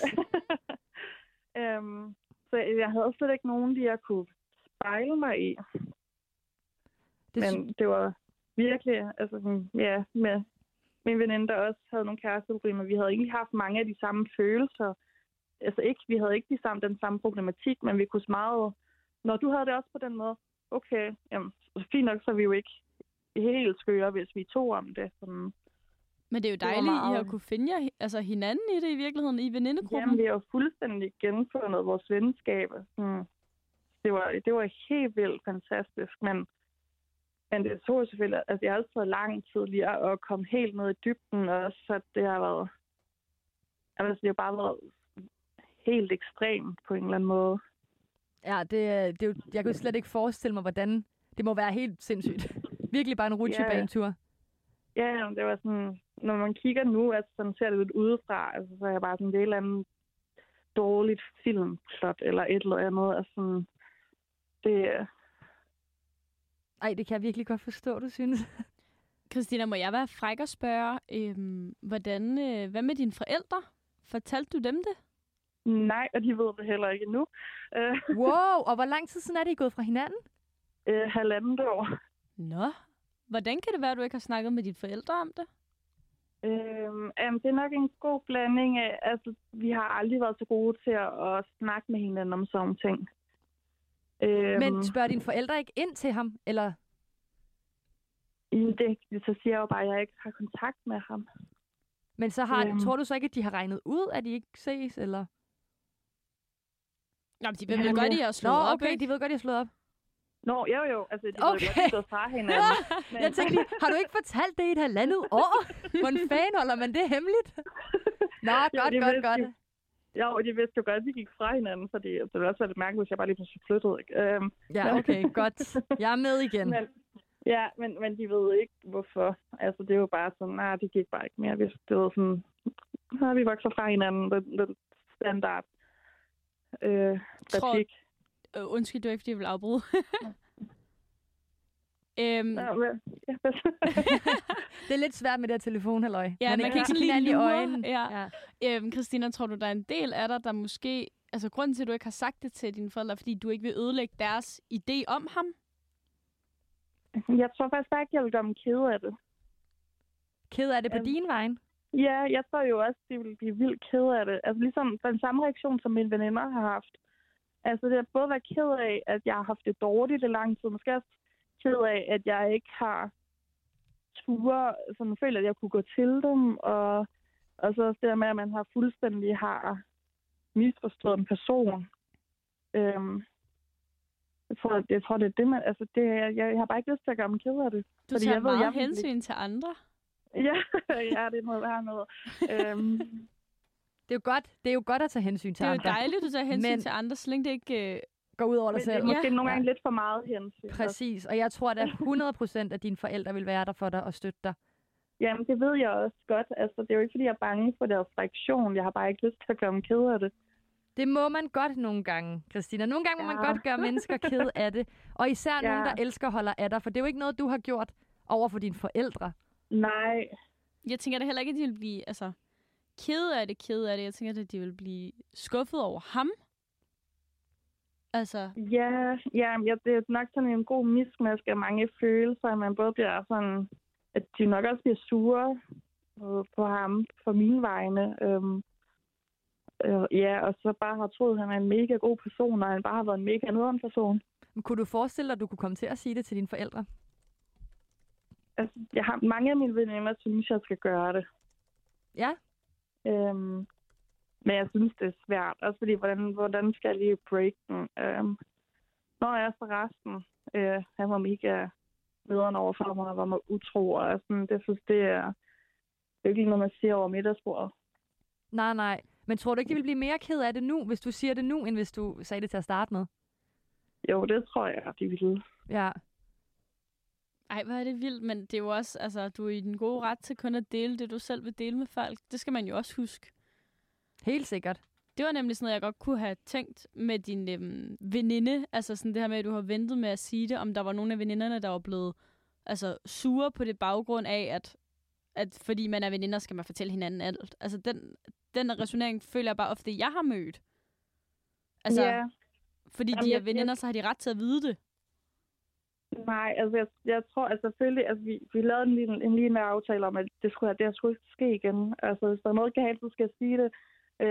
Så jeg havde slet ikke nogen, jeg kunne spejle mig i. Men det var virkelig, altså ja, med min veninde, der også havde nogle kæresteproblemer. Vi havde egentlig haft mange af de samme følelser. Altså vi havde ikke den samme problematik, men vi kunne meget. Når du havde det også på den måde, okay, jamen, fint nok, så er vi jo ikke helt skøre, hvis vi tog om det. Sådan. Men det er jo dejligt, I har kunne finde jer, hinanden i det i virkeligheden, i venindegruppen. Jamen, vi har jo fuldstændig genfundet vores venskab. Det var helt vildt fantastisk, men det tog selvfølgelig, altså jeg har altid lang tid lige at komme helt ned i dybden, og så det har været, altså det har bare været helt ekstremt på en eller anden måde. Ja, det er jo, jeg kunne slet ikke forestille mig, hvordan det må være helt sindssygt. Virkelig bare en rutsjebanetur. Ja, det var sådan, når man kigger nu, altså sådan ser det lidt udefra, altså så er jeg bare sådan et eller andet dårligt filmplot, eller et eller andet, altså det. Ej, det kan jeg virkelig godt forstå, du synes. Christina, må jeg være fræk og spørge, hvad med dine forældre? Fortalte du dem det? Nej, og de ved det heller ikke endnu. Wow, og hvor lang tid siden er det, I gået fra hinanden? 1,5 år. Nå, hvordan kan det være, at du ikke har snakket med dine forældre om det? Det er nok en god blanding af, altså vi har aldrig været så gode til at snakke med hinanden om sådan ting. Men spørger dine forældre ikke ind til ham, eller? Så siger jeg jo bare, at jeg ikke har kontakt med ham. Men så tror du så ikke, at de har regnet ud, at de ikke ses, eller? Nå, de ved godt, at I har slået op, okay, de ved godt, at I har slået op. Nå, jo. Altså, de ved godt, at de stod fra hinanden. Men... Jeg tænkte lige, har du ikke fortalt det i 1,5 år? Hvordan fanden holder man det hemmeligt? Nå, godt. Jo, de vidste jo godt, at vi gik fra hinanden, så det ville også være lidt mærkeligt, hvis jeg bare lige pludselig flyttede. Ikke? Ja, okay, godt. Jeg er med igen. Men de ved ikke, hvorfor. Altså, det er jo bare sådan, det gik bare ikke mere. Det var sådan, vi vokser fra hinanden, den standard replik. Undskyld, du ikke, fordi jeg vil afbryde. Det er lidt svært med det her telefonhalløj. Ja, man kan ikke sådan lige i øjnene. Ja. Christina, tror du, der er en del af dig, der måske... Altså, grunden til, at du ikke har sagt det til dine forældre, fordi du ikke vil ødelægge deres idé om ham? Jeg tror faktisk ikke, jeg vil gøre dem kede af det. Kede af det på din vejen? Ja, jeg tror jo også, de vil blive vildt kede af det. Altså ligesom den samme reaktion, som mine veninder har haft. Altså det er både være ked af, at jeg har haft det dårligt i lang tid. Måske også ked af, at jeg ikke har ture, sådan føler, at jeg kunne gå til dem. Og så også det med, at man fuldstændig har misforstået en person. Jeg tror, det er det, man... Altså, jeg har bare ikke lyst til at gøre mig ked af det. Du tager meget hensyn til andre. Ja, ja, det må være noget. Det er jo godt at tage hensyn til andre. Det er jo dejligt, at du tager hensyn til andre, så længe det ikke går ud over dig selv. Det er måske nogle gange lidt for meget hensyn. Præcis, og jeg tror, at 100% af dine forældre vil være der for dig og støtte dig. Jamen, det ved jeg også godt. Altså, det er jo ikke, fordi jeg er bange for deres reaktion. Jeg har bare ikke lyst til at gøre mig ked af det. Det må man godt nogle gange, Christina. Nogle gange må man godt gøre mennesker ked af det. Og især nogen, der elsker og holder af dig. For det er jo ikke noget, du har gjort over for dine forældre. Nej. Jeg tænker da heller ikke, at de vil blive ked af det. Jeg tænker, at de vil blive skuffet over ham. Altså... Ja, det er nok sådan en god mismask af mange følelser, at man både bliver sådan... At de nok også bliver sure på ham, for mine vegne. Og så bare har troet, at han er en mega god person, og han bare har været en mega nederen person. Men kunne du forestille dig, at du kunne komme til at sige det til dine forældre? Altså, jeg har mange af mine veninder, synes jeg skal gøre det. Ja? Men jeg synes, det er svært. Også fordi, hvordan skal jeg lige break den? Når jeg er så resten, han var mega nederen over for mig, og var mig utro. Og sådan, det synes det er ikke noget, man siger over middagsbordet. Nej. Men tror du ikke, de vil blive mere ked af det nu, hvis du siger det nu, end hvis du sagde det til at starte med? Jo, det tror jeg, de vil. Ja. Ej, hvor er det vildt, men det er jo også, altså, du er i den gode ret til kun at dele det, du selv vil dele med folk. Det skal man jo også huske. Helt sikkert. Det var nemlig sådan noget, jeg godt kunne have tænkt med din veninde. Altså sådan det her med, at du har ventet med at sige det, om der var nogle af veninderne, der var blevet sure på det baggrund af, at fordi man er veninder, skal man fortælle hinanden alt. Altså den resonering føler jeg bare ofte, jeg har mødt. Altså, fordi de er veninder, så har de ret til at vide det. Nej, altså jeg tror, altså selvfølgelig, altså vi lavede en lignende aftale om, at det skulle ikke ske igen. Altså hvis der er noget galt, så skal jeg sige det.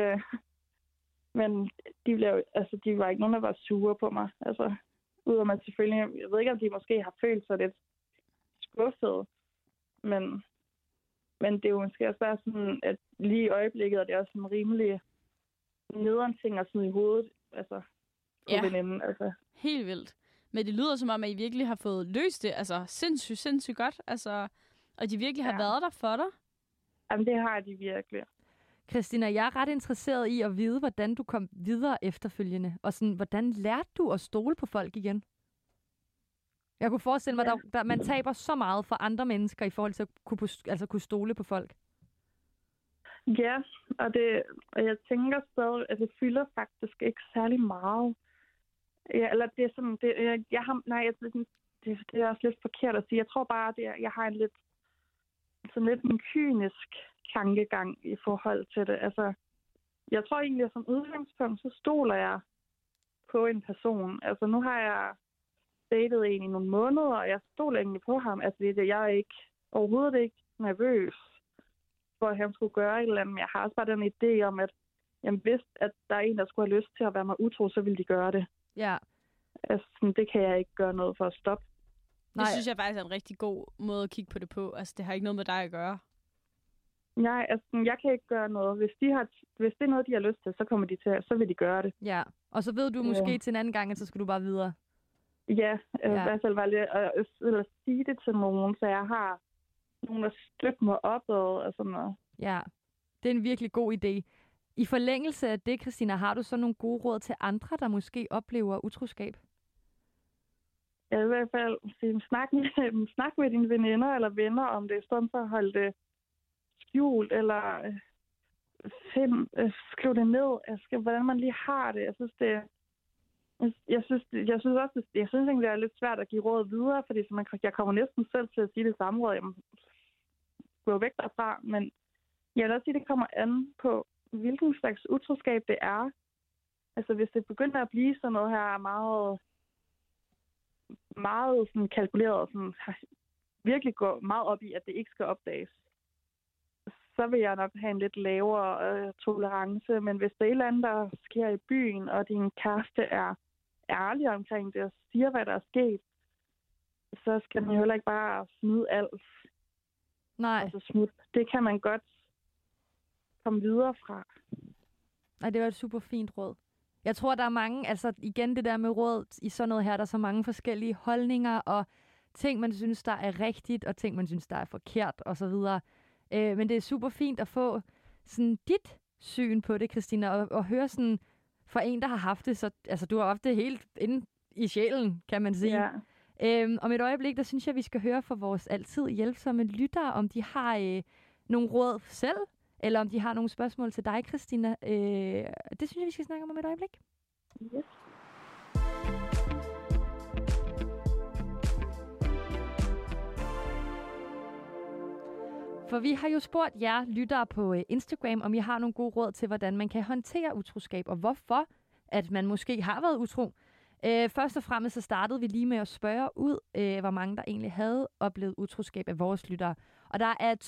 Men de var ikke nogen, der var sure på mig. Altså, udover at selvfølgelig, jeg ved ikke, om de måske har følt sig lidt skuffet. Men det er jo måske også bare sådan, at lige i øjeblikket er det også en rimelig nederen ting at smide i hovedet. Altså, på veninden. Altså. Helt vildt. Men det lyder som om, at I virkelig har fået løst det. Altså, sindssygt godt. Altså, og de virkelig har været der for dig. Jamen, det har de virkelig. Christina, jeg er ret interesseret i at vide, hvordan du kom videre efterfølgende. Og sådan, hvordan lærte du at stole på folk igen? Jeg kunne forestille mig, at man taber så meget for andre mennesker i forhold til at kunne stole på folk. Ja, og jeg tænker stadig, at det fylder faktisk ikke særlig meget. Ja, eller det er sådan, det er også lidt forkert at sige. Jeg tror bare, at jeg har en lidt en kynisk tankegang i forhold til det. Altså, jeg tror egentlig, at som udgangspunkt, så stoler jeg på en person. Altså, nu har jeg datet en i nogle måneder, og jeg stoler egentlig på ham. Altså, jeg er overhovedet ikke nervøs for, at han skulle gøre et eller andet. Men jeg har også bare den idé om, at hvis at der er en, der skulle have lyst til at være mig utro, så vil de gøre det. Ja. Altså, det kan jeg ikke gøre noget for at stoppe. Det synes jeg faktisk er en rigtig god måde at kigge på det på. Altså, det har ikke noget med dig at gøre. Nej, altså, jeg kan ikke gøre noget. Hvis det er noget, de har lyst til, så kommer de til, så vil de gøre det. Ja, og så ved du måske til en anden gang, at så skal du bare videre. Ja, i hvert fald eller sige det til nogen, så jeg har nogen, der støtter mig opad og sådan noget. Ja, det er en virkelig god idé. I forlængelse af det, Christina, har du så nogle gode råd til andre, der måske oplever utroskab? Jeg vil i hvert fald sige, snak med dine veninder eller venner om det, i stedet for at holde det skjult, eller skriv det ned, hvordan man lige har det. Jeg synes egentlig, det er lidt svært at give råd videre, fordi jeg kommer næsten selv til at sige det samme råd. Jamen, gå væk derfra, men jeg vil også sige, at det kommer an på, hvilken slags utroskab det er. Altså, hvis det begynder at blive sådan noget her meget, meget sådan kalkuleret, og sådan, virkelig går meget op i, at det ikke skal opdages, så vil jeg nok have en lidt lavere tolerance. Men hvis det er et eller andet, der sker i byen, og din kæreste er ærlig omkring det og siger, hvad der er sket, så skal man jo heller ikke bare smide alt. Nej. Altså det kan man godt komme videre fra. Nej, det var et super fint råd. Jeg tror, der er mange, altså igen det der med råd i sådan noget her, der er så mange forskellige holdninger og ting, man synes, der er rigtigt, og ting, man synes, der er forkert, og så videre. Men det er super fint at få sådan dit syn på det, Christina, og høre sådan fra en, der har haft det, så altså du har haft det helt inde i sjælen, kan man sige. Ja. Om et øjeblik, der synes jeg, vi skal høre fra vores altid hjælpsomme lyttere, om de har nogle råd selv, eller om de har nogle spørgsmål til dig, Christina. Det synes jeg, vi skal snakke om et øjeblik. Yes. For vi har jo spurgt jer lyttere på Instagram, om I har nogle gode råd til, hvordan man kan håndtere utroskab, og hvorfor at man måske har været utro. Først og fremmest så startede vi lige med at spørge ud, hvor mange der egentlig havde oplevet utroskab af vores lyttere. Og der er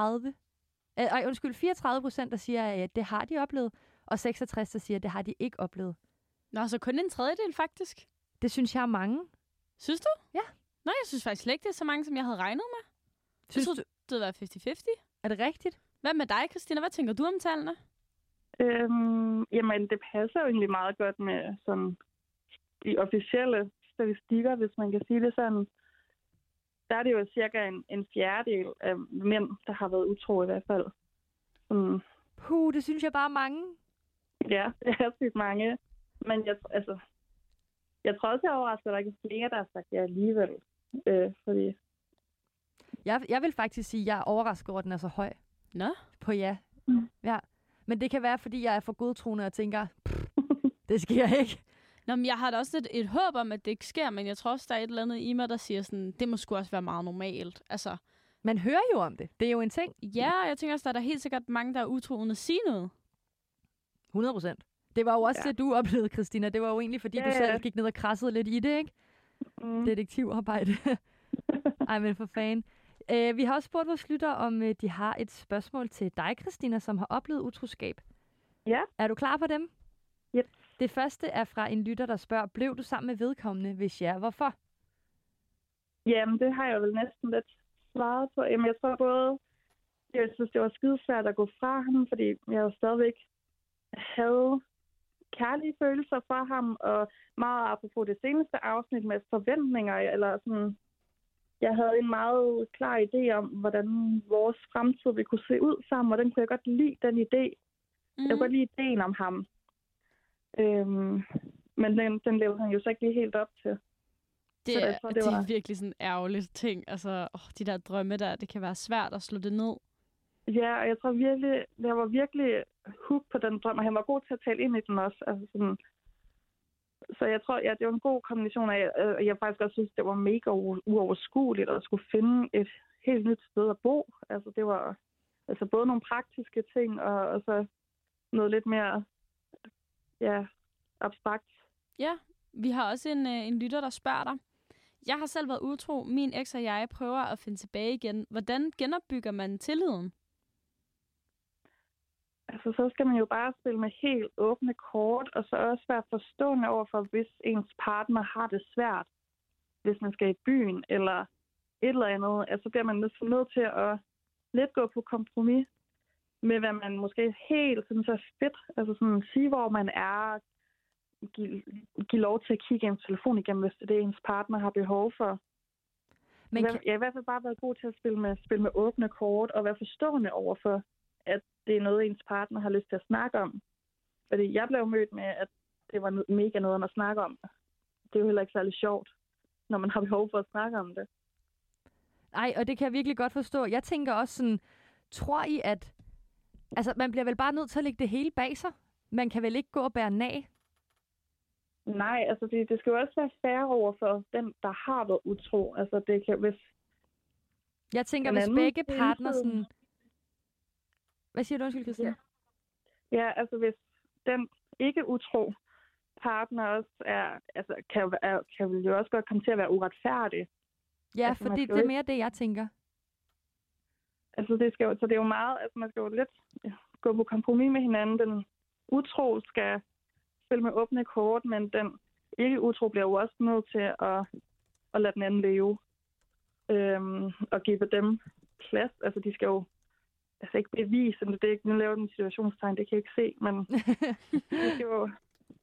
34%, der siger, at det har de oplevet, og 66% der siger, at det har de ikke oplevet. Nå, så kun en tredjedel faktisk. Det synes jeg er mange. Synes du? Ja. Nej, jeg synes faktisk slet ikke, det er så mange, som jeg havde regnet med. Synes jeg troede, det var 50-50. Er det rigtigt? Hvad med dig, Christina? Hvad tænker du om tallene? Jamen, det passer jo egentlig meget godt med sådan de officielle statistikker, hvis man kan sige det sådan. Der er det jo cirka en fjerdedel af mænd, der har været utro i hvert fald. Det synes jeg bare er mange. Ja, det er sygt mange. Men jeg tror også, jeg er overrasket, at der ikke er flere, der har sagt ja alligevel. Fordi... Jeg vil faktisk sige, at jeg er overrasket over, at den er så høj. Nå? På ja. Ja. Men det kan være, fordi jeg er for godtroende og tænker, det sker ikke. Nå, men jeg har da også et håb om, at det ikke sker, men jeg tror også, der er et eller andet i mig, der siger sådan, det må sgu også være meget normalt. Altså, man hører jo om det. Det er jo en ting. Ja, jeg tænker også, der er helt sikkert mange, der er utro uden at sige noget. 100%. Det var jo også det, du oplevede, Christina. Det var jo egentlig, fordi du selv gik ned og krassede lidt i det, ikke? Detektivarbejde. Ej, men for fanden. Vi har også spurgt vores lytter, om de har et spørgsmål til dig, Christina, som har oplevet utroskab. Ja. Er du klar på dem? Yep. Det første er fra en lytter, der spørger, blev du sammen med vedkommende? Hvis ja, hvorfor? Jamen, det har jeg vel næsten lidt svaret på. Jamen, jeg tror både, jeg synes, det var skidesvært at gå fra ham, fordi jeg jo stadigvæk havde kærlige følelser for ham, og meget apropos det seneste afsnit med forventninger, eller sådan, jeg havde en meget klar idé om, hvordan vores fremtid ville kunne se ud sammen, og den kunne jeg godt lide, den idé. Jeg kunne godt lide ideen om ham. Men den levede han jo så ikke lige helt op til. Det er virkelig sådan en ærgerlig ting. Altså, de der drømme der, det kan være svært at slå det ned. Ja, og jeg tror virkelig, jeg var virkelig hooked på den drøm, og han var god til at tale ind i den også. Altså sådan, så jeg tror, det var en god kombination af, og jeg faktisk også synes, det var mega uoverskueligt at skulle finde et helt nyt sted at bo. Altså det var både nogle praktiske ting, og så noget lidt mere abstrakt. Ja, vi har også en lytter, der spørger dig. Jeg har selv været utro. Min eks og jeg prøver at finde tilbage igen. Hvordan genopbygger man tilliden? Altså, så skal man jo bare spille med helt åbne kort, og så også være forstående overfor, hvis ens partner har det svært, hvis man skal i byen, eller et eller andet. Altså, bliver man nødt til at lidt gå på kompromis med, hvad man måske helt synes er fedt. Altså, sådan sige, hvor man er, give lov til at kigge en telefon igennem, hvis det er ens partner har behov for. Jeg har i hvert fald bare været god til at spille med åbne kort, og være forstående overfor, at det er noget, ens partner har lyst til at snakke om. Fordi jeg blev mødt med, at det var mega noget at snakke om. Det er jo heller ikke særlig sjovt, når man har behov for at snakke om det. Ej, og det kan jeg virkelig godt forstå. Jeg tænker også sådan, tror I, at man bliver vel bare nødt til at lægge det hele bag sig? Man kan vel ikke gå og bære nag? Nej, altså det skal jo også være fair over for den, der har været utro. Altså det kan, hvis... Jeg tænker, hvis begge partner sådan... Hvad siger du, undskyld, Christina? Ja, altså hvis den ikke utro partner også er, altså kan jo også godt komme til at være uretfærdig. Ja, altså, fordi det er mere det, jeg tænker. Altså så det er jo meget, altså man skal jo lidt gå på kompromis med hinanden. Den utro skal spille med åbne kort, men den ikke utro bliver jo også nødt til at lade den anden leve. Og give dem plads. Altså de skal jo ikke bevise, det er ikke, nu laver den situationstegn, det kan jeg ikke se, men det skal jo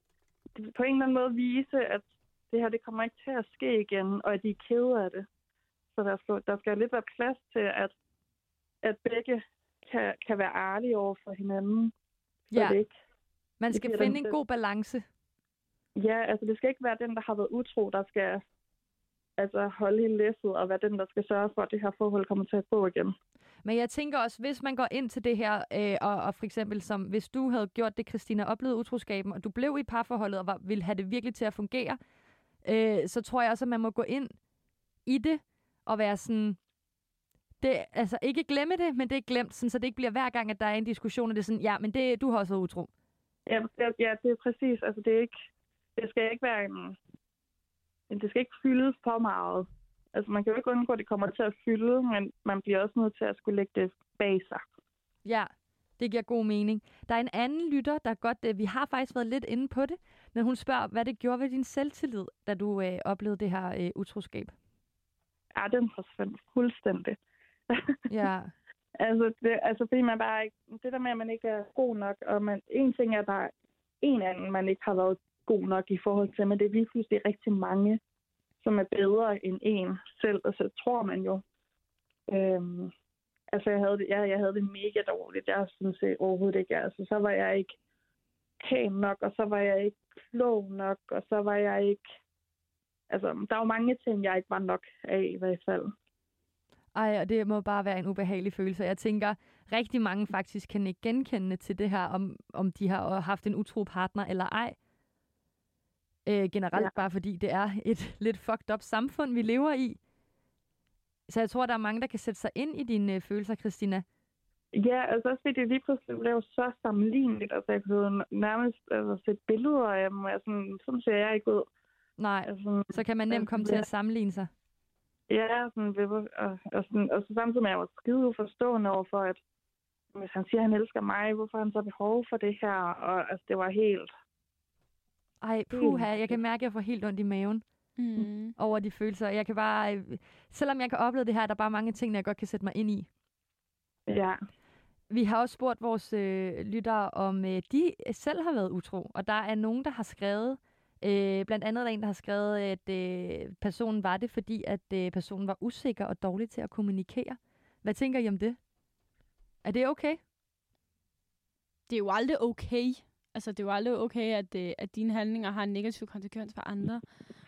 på en eller anden måde vise, at det her, det kommer ikke til at ske igen, og at de er kede af det. Så der skal lidt være plads til, at begge kan være ærlige over for hinanden. Så Ja, det ikke, man det skal giver finde dem en god balance. Ja, altså det skal ikke være den, der har været utro, der skal holde hele læsset, og være den, der skal sørge for, at det her forhold kommer til at gå igen. Men jeg tænker også, hvis man går ind til det her, og for eksempel som, hvis du havde gjort det, Christina, oplevede utroskaben, og du blev i parforholdet og ville have det virkelig til at fungere, så tror jeg også, at man må gå ind i det og være sådan, altså ikke glemme det, men det er glemt, sådan, så det ikke bliver hver gang, at der er en diskussion, og det er sådan, ja, men du har også været utro. Ja, det er præcis. Altså det skal ikke være det skal ikke fylde for meget. Altså man kan jo ikke undgå, at det kommer til at fylde, men man bliver også nødt til at skulle lægge det bag sig. Ja, det giver god mening. Der er en anden lytter, der godt, vi har faktisk været lidt inde på det, når hun spørger, hvad det gjorde ved din selvtillid, da du oplevede det her utroskab. Ja, den forsvandt fuldstændig. Ja. altså fordi man bare ikke, det der med, at man ikke er god nok, og en ting er, at der er en anden, man ikke har været god nok i forhold til, men det er lige pludselig rigtig mange, som er bedre end en selv, og så tror man jo. Jeg havde det mega dårligt. Jeg synes overhovedet ikke. Altså, så var jeg ikke pæn nok, og så var jeg ikke klog nok, og så var jeg ikke... Altså, der er jo mange ting, jeg ikke var nok af i hvert fald. Ej, og det må bare være en ubehagelig følelse. Jeg tænker, rigtig mange faktisk kan ikke genkende til det her, om de har haft en utro partner eller ej. Generelt bare fordi det er et lidt fucked up samfund, vi lever i. Så jeg tror, der er mange, der kan sætte sig ind i dine følelser, Christina. Ja, altså også fordi det lige pludselig blev så sammenligneligt. Altså jeg kunne nærmest se billeder af dem, og sådan ser jeg ikke ud. Nej, altså, så kan man nemt komme til at sammenligne sig. Ja, og så samtidig med, at jeg var skide uforstående over for, at hvis han siger, at han elsker mig, hvorfor har han så behov for det her? Og altså, det var helt... Ej, puha, jeg kan mærke, at jeg får helt ondt i maven over de følelser. Jeg kan bare, selvom jeg kan opleve det her, der er bare mange ting, jeg godt kan sætte mig ind i. Ja. Vi har også spurgt vores lyttere, om de selv har været utro. Og der er nogen, der har skrevet, blandt andet er der en, der har skrevet, at personen var det, fordi at personen var usikker og dårlig til at kommunikere. Hvad tænker I om det? Er det okay? Det er jo aldrig okay. Altså, det er jo aldrig okay, at dine handlinger har en negativ konsekvens for andre.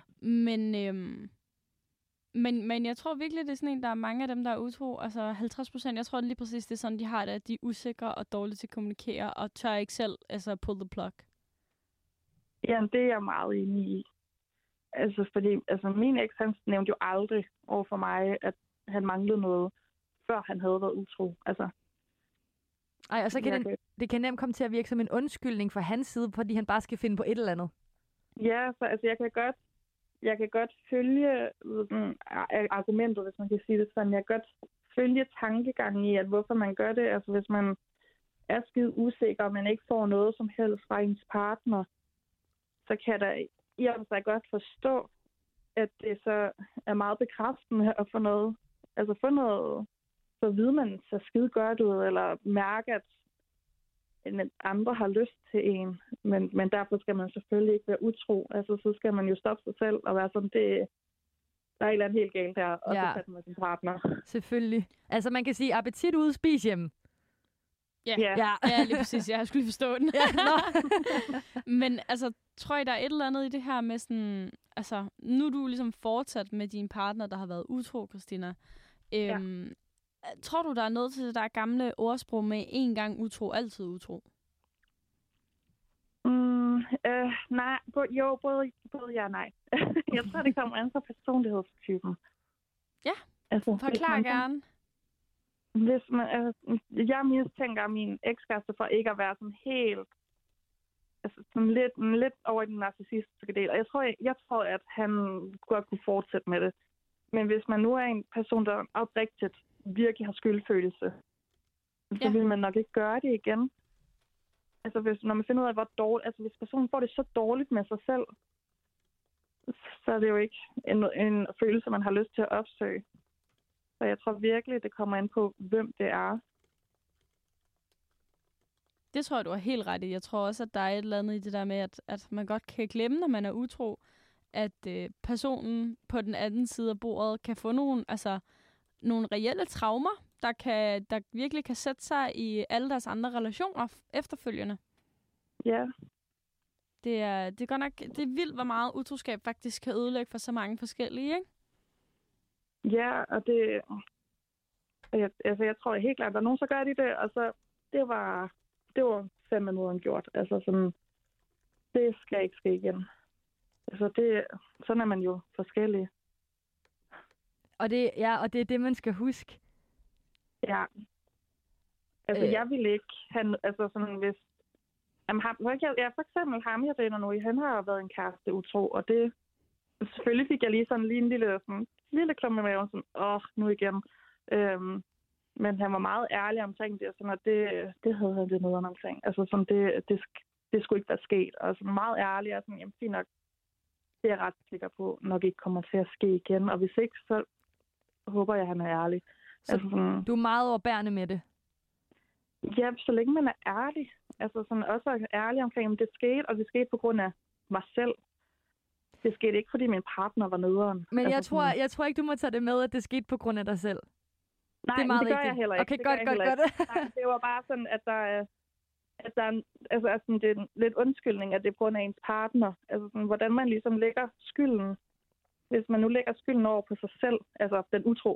Men jeg tror virkelig, det er sådan en, der er mange af dem, der er utro. Altså 50%, jeg tror lige præcis, det er sådan, de har det, at de er usikre og dårlige til at kommunikere, og tør ikke selv pull the plug. Ja, det er jeg meget enig i. Altså, fordi min eks, han nævnte jo aldrig over for mig, at han manglede noget, før han havde været utro. Altså, ej, og så kan det kan nemt komme til at virke som en undskyldning fra hans side, fordi han bare skal finde på et eller andet. Ja, så altså, jeg kan godt følge argumentet, hvis man kan sige det sådan. Jeg kan godt følge tankegangen i, at hvorfor man gør det. Altså, hvis man er skide usikker, og man ikke får noget som helst fra ens partner, så kan der i og for sig godt forstå, at det så er meget bekræftende at få noget, så at vide, man så skide godt ud, eller mærke, at andre har lyst til en, men derfor skal man selvfølgelig ikke være utro. Altså, så skal man jo stoppe sig selv og være sådan, der er et eller andet helt galt her, og så sætte med sin partner. Selvfølgelig. Altså, man kan sige, appetit ude, spis hjemme. Ja, lige præcis. Jeg skulle lige forstå den. Men altså, tror I, der er et eller andet i det her med sådan... Altså, nu er du ligesom fortsat med din partner, der har været utro, Christina. Tror du, der er noget til det der gamle ordsprog med en gang utro, altid utro? Nej, både ja og nej. Jeg tror, det kommer an på personlighedstypen. Ja, altså, forklar gerne. Hvis man, jeg mistænker min ekskæreste for ikke at være sådan helt, altså sådan lidt over i den narcissistiske del. Og jeg tror, at han godt kunne fortsætte med det. Men hvis man nu er en person, der oprigtigt virkelig har skyldfølelse, så vil man nok ikke gøre det igen. Altså, når man finder ud af, hvor dårligt... Altså, hvis personen får det så dårligt med sig selv, så er det jo ikke en følelse, man har lyst til at opsøge. Så jeg tror virkelig, det kommer an på, hvem det er. Det tror jeg, du har helt ret i. Jeg tror også, at der er et eller andet i det der med, at man godt kan glemme, når man er utro, at personen på den anden side af bordet kan få nogle reelle traumer, der virkelig kan sætte sig i alle deres andre relationer efterfølgende. Ja. Det er godt nok, det er vildt, hvor meget utroskab faktisk kan ødelægge for så mange forskellige, ikke? Ja, og jeg tror helt klart, at der er nogen, så gør de det, og så det var 5 minutter gjort. Altså sådan, det skal ikke ske igen. Altså sådan er man jo forskellig. Og det er det, man skal huske. Ja. Altså, jeg ville ikke have, altså sådan, hvis for eksempel ham, jeg dater nu, han har været en kæreste utro, og det selvfølgelig fik jeg lige en lille klump i maven, sådan, nu igen. Men han var meget ærlig omkring det, og sådan, og det havde han det noget omkring. Altså sådan, det skulle ikke være sket, og sådan meget ærlig, og sådan, jamen fint nok, det er jeg ret sikker på, nok ikke kommer til at ske igen, og hvis ikke, så håber jeg, han er ærlig. Så altså, sådan, du er meget overbærende med det? Ja, så længe man er ærlig. Altså sådan også er ærlig omkring, om det skete, og det skete på grund af mig selv. Det skete ikke, fordi min partner var nederen. Men altså, jeg tror ikke, du må tage det med, at det skete på grund af dig selv. Nej, det er meget det gør vigtigt. Jeg heller ikke. Okay, godt. Nej, det var bare sådan, at det er en lidt undskyldning, at det er på grund af ens partner. Altså sådan, hvordan man ligesom lægger skylden. Hvis man nu lægger skylden over på sig selv, altså den utro.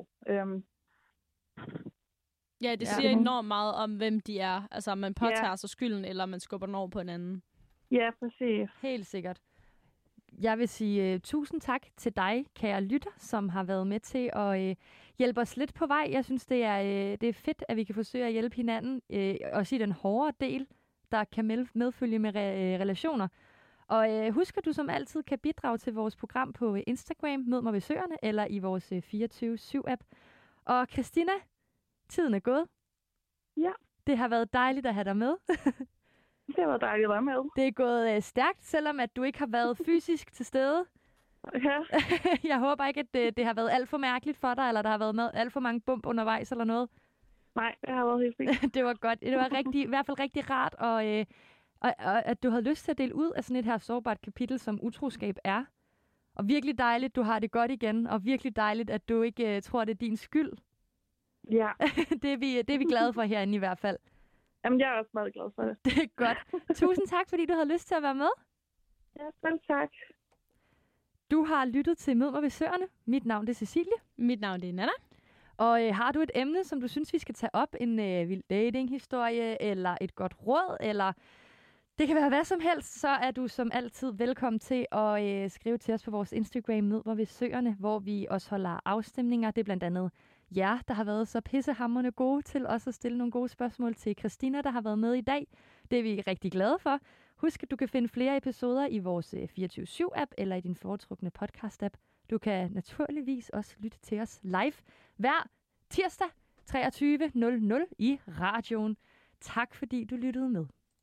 Ja, det siger enormt meget om, hvem de er. Altså, om man påtager sig skylden, eller man skubber den over på en anden. Ja, præcis. Helt sikkert. Jeg vil sige tusind tak til dig, kære lytter, som har været med til at hjælpe os lidt på vej. Jeg synes, det er fedt, at vi kan forsøge at hjælpe hinanden, også i den hårde del, der kan medfølge med relationer. Og husk, at du som altid kan bidrage til vores program på Instagram, Mød mig ved Søerne, eller i vores 24/7-app. Og Christina, tiden er gået. Ja. Det har været dejligt at have dig med. Det var dejligt at være med. Det er gået stærkt, selvom at du ikke har været fysisk til stede. Ja. Jeg håber ikke, at det har været alt for mærkeligt for dig, eller der har været alt for mange bump undervejs eller noget. Nej, det har været helt fint. Det var godt. Det var i hvert fald rigtig rart, og at du havde lyst til at dele ud af sådan et her sårbart kapitel, som utroskab er. Og virkelig dejligt, du har det godt igen, og virkelig dejligt, at du ikke tror, det er din skyld. Ja. det er vi glade for herinde i hvert fald. Jamen, jeg er også meget glad for det. Det er godt. Tusind tak, fordi du havde lyst til at være med. Ja, selv tak. Du har lyttet til Mød mig ved Søerne. Mit navn er Cecilie. Mit navn er Nana. Og har du et emne, som du synes, vi skal tage op, en vild dating-historie, eller et godt råd, eller det kan være hvad som helst, så er du som altid velkommen til at skrive til os på vores Instagram, Mød mig ved Søerne, hvor vi også holder afstemninger. Det er blandt andet jer, der har været så pissehamrende gode til også at stille nogle gode spørgsmål til Christina, der har været med i dag. Det er vi rigtig glade for. Husk, at du kan finde flere episoder i vores 24/7-app eller i din foretrukne podcast-app. Du kan naturligvis også lytte til os live hver tirsdag 23:00 i radioen. Tak fordi du lyttede med.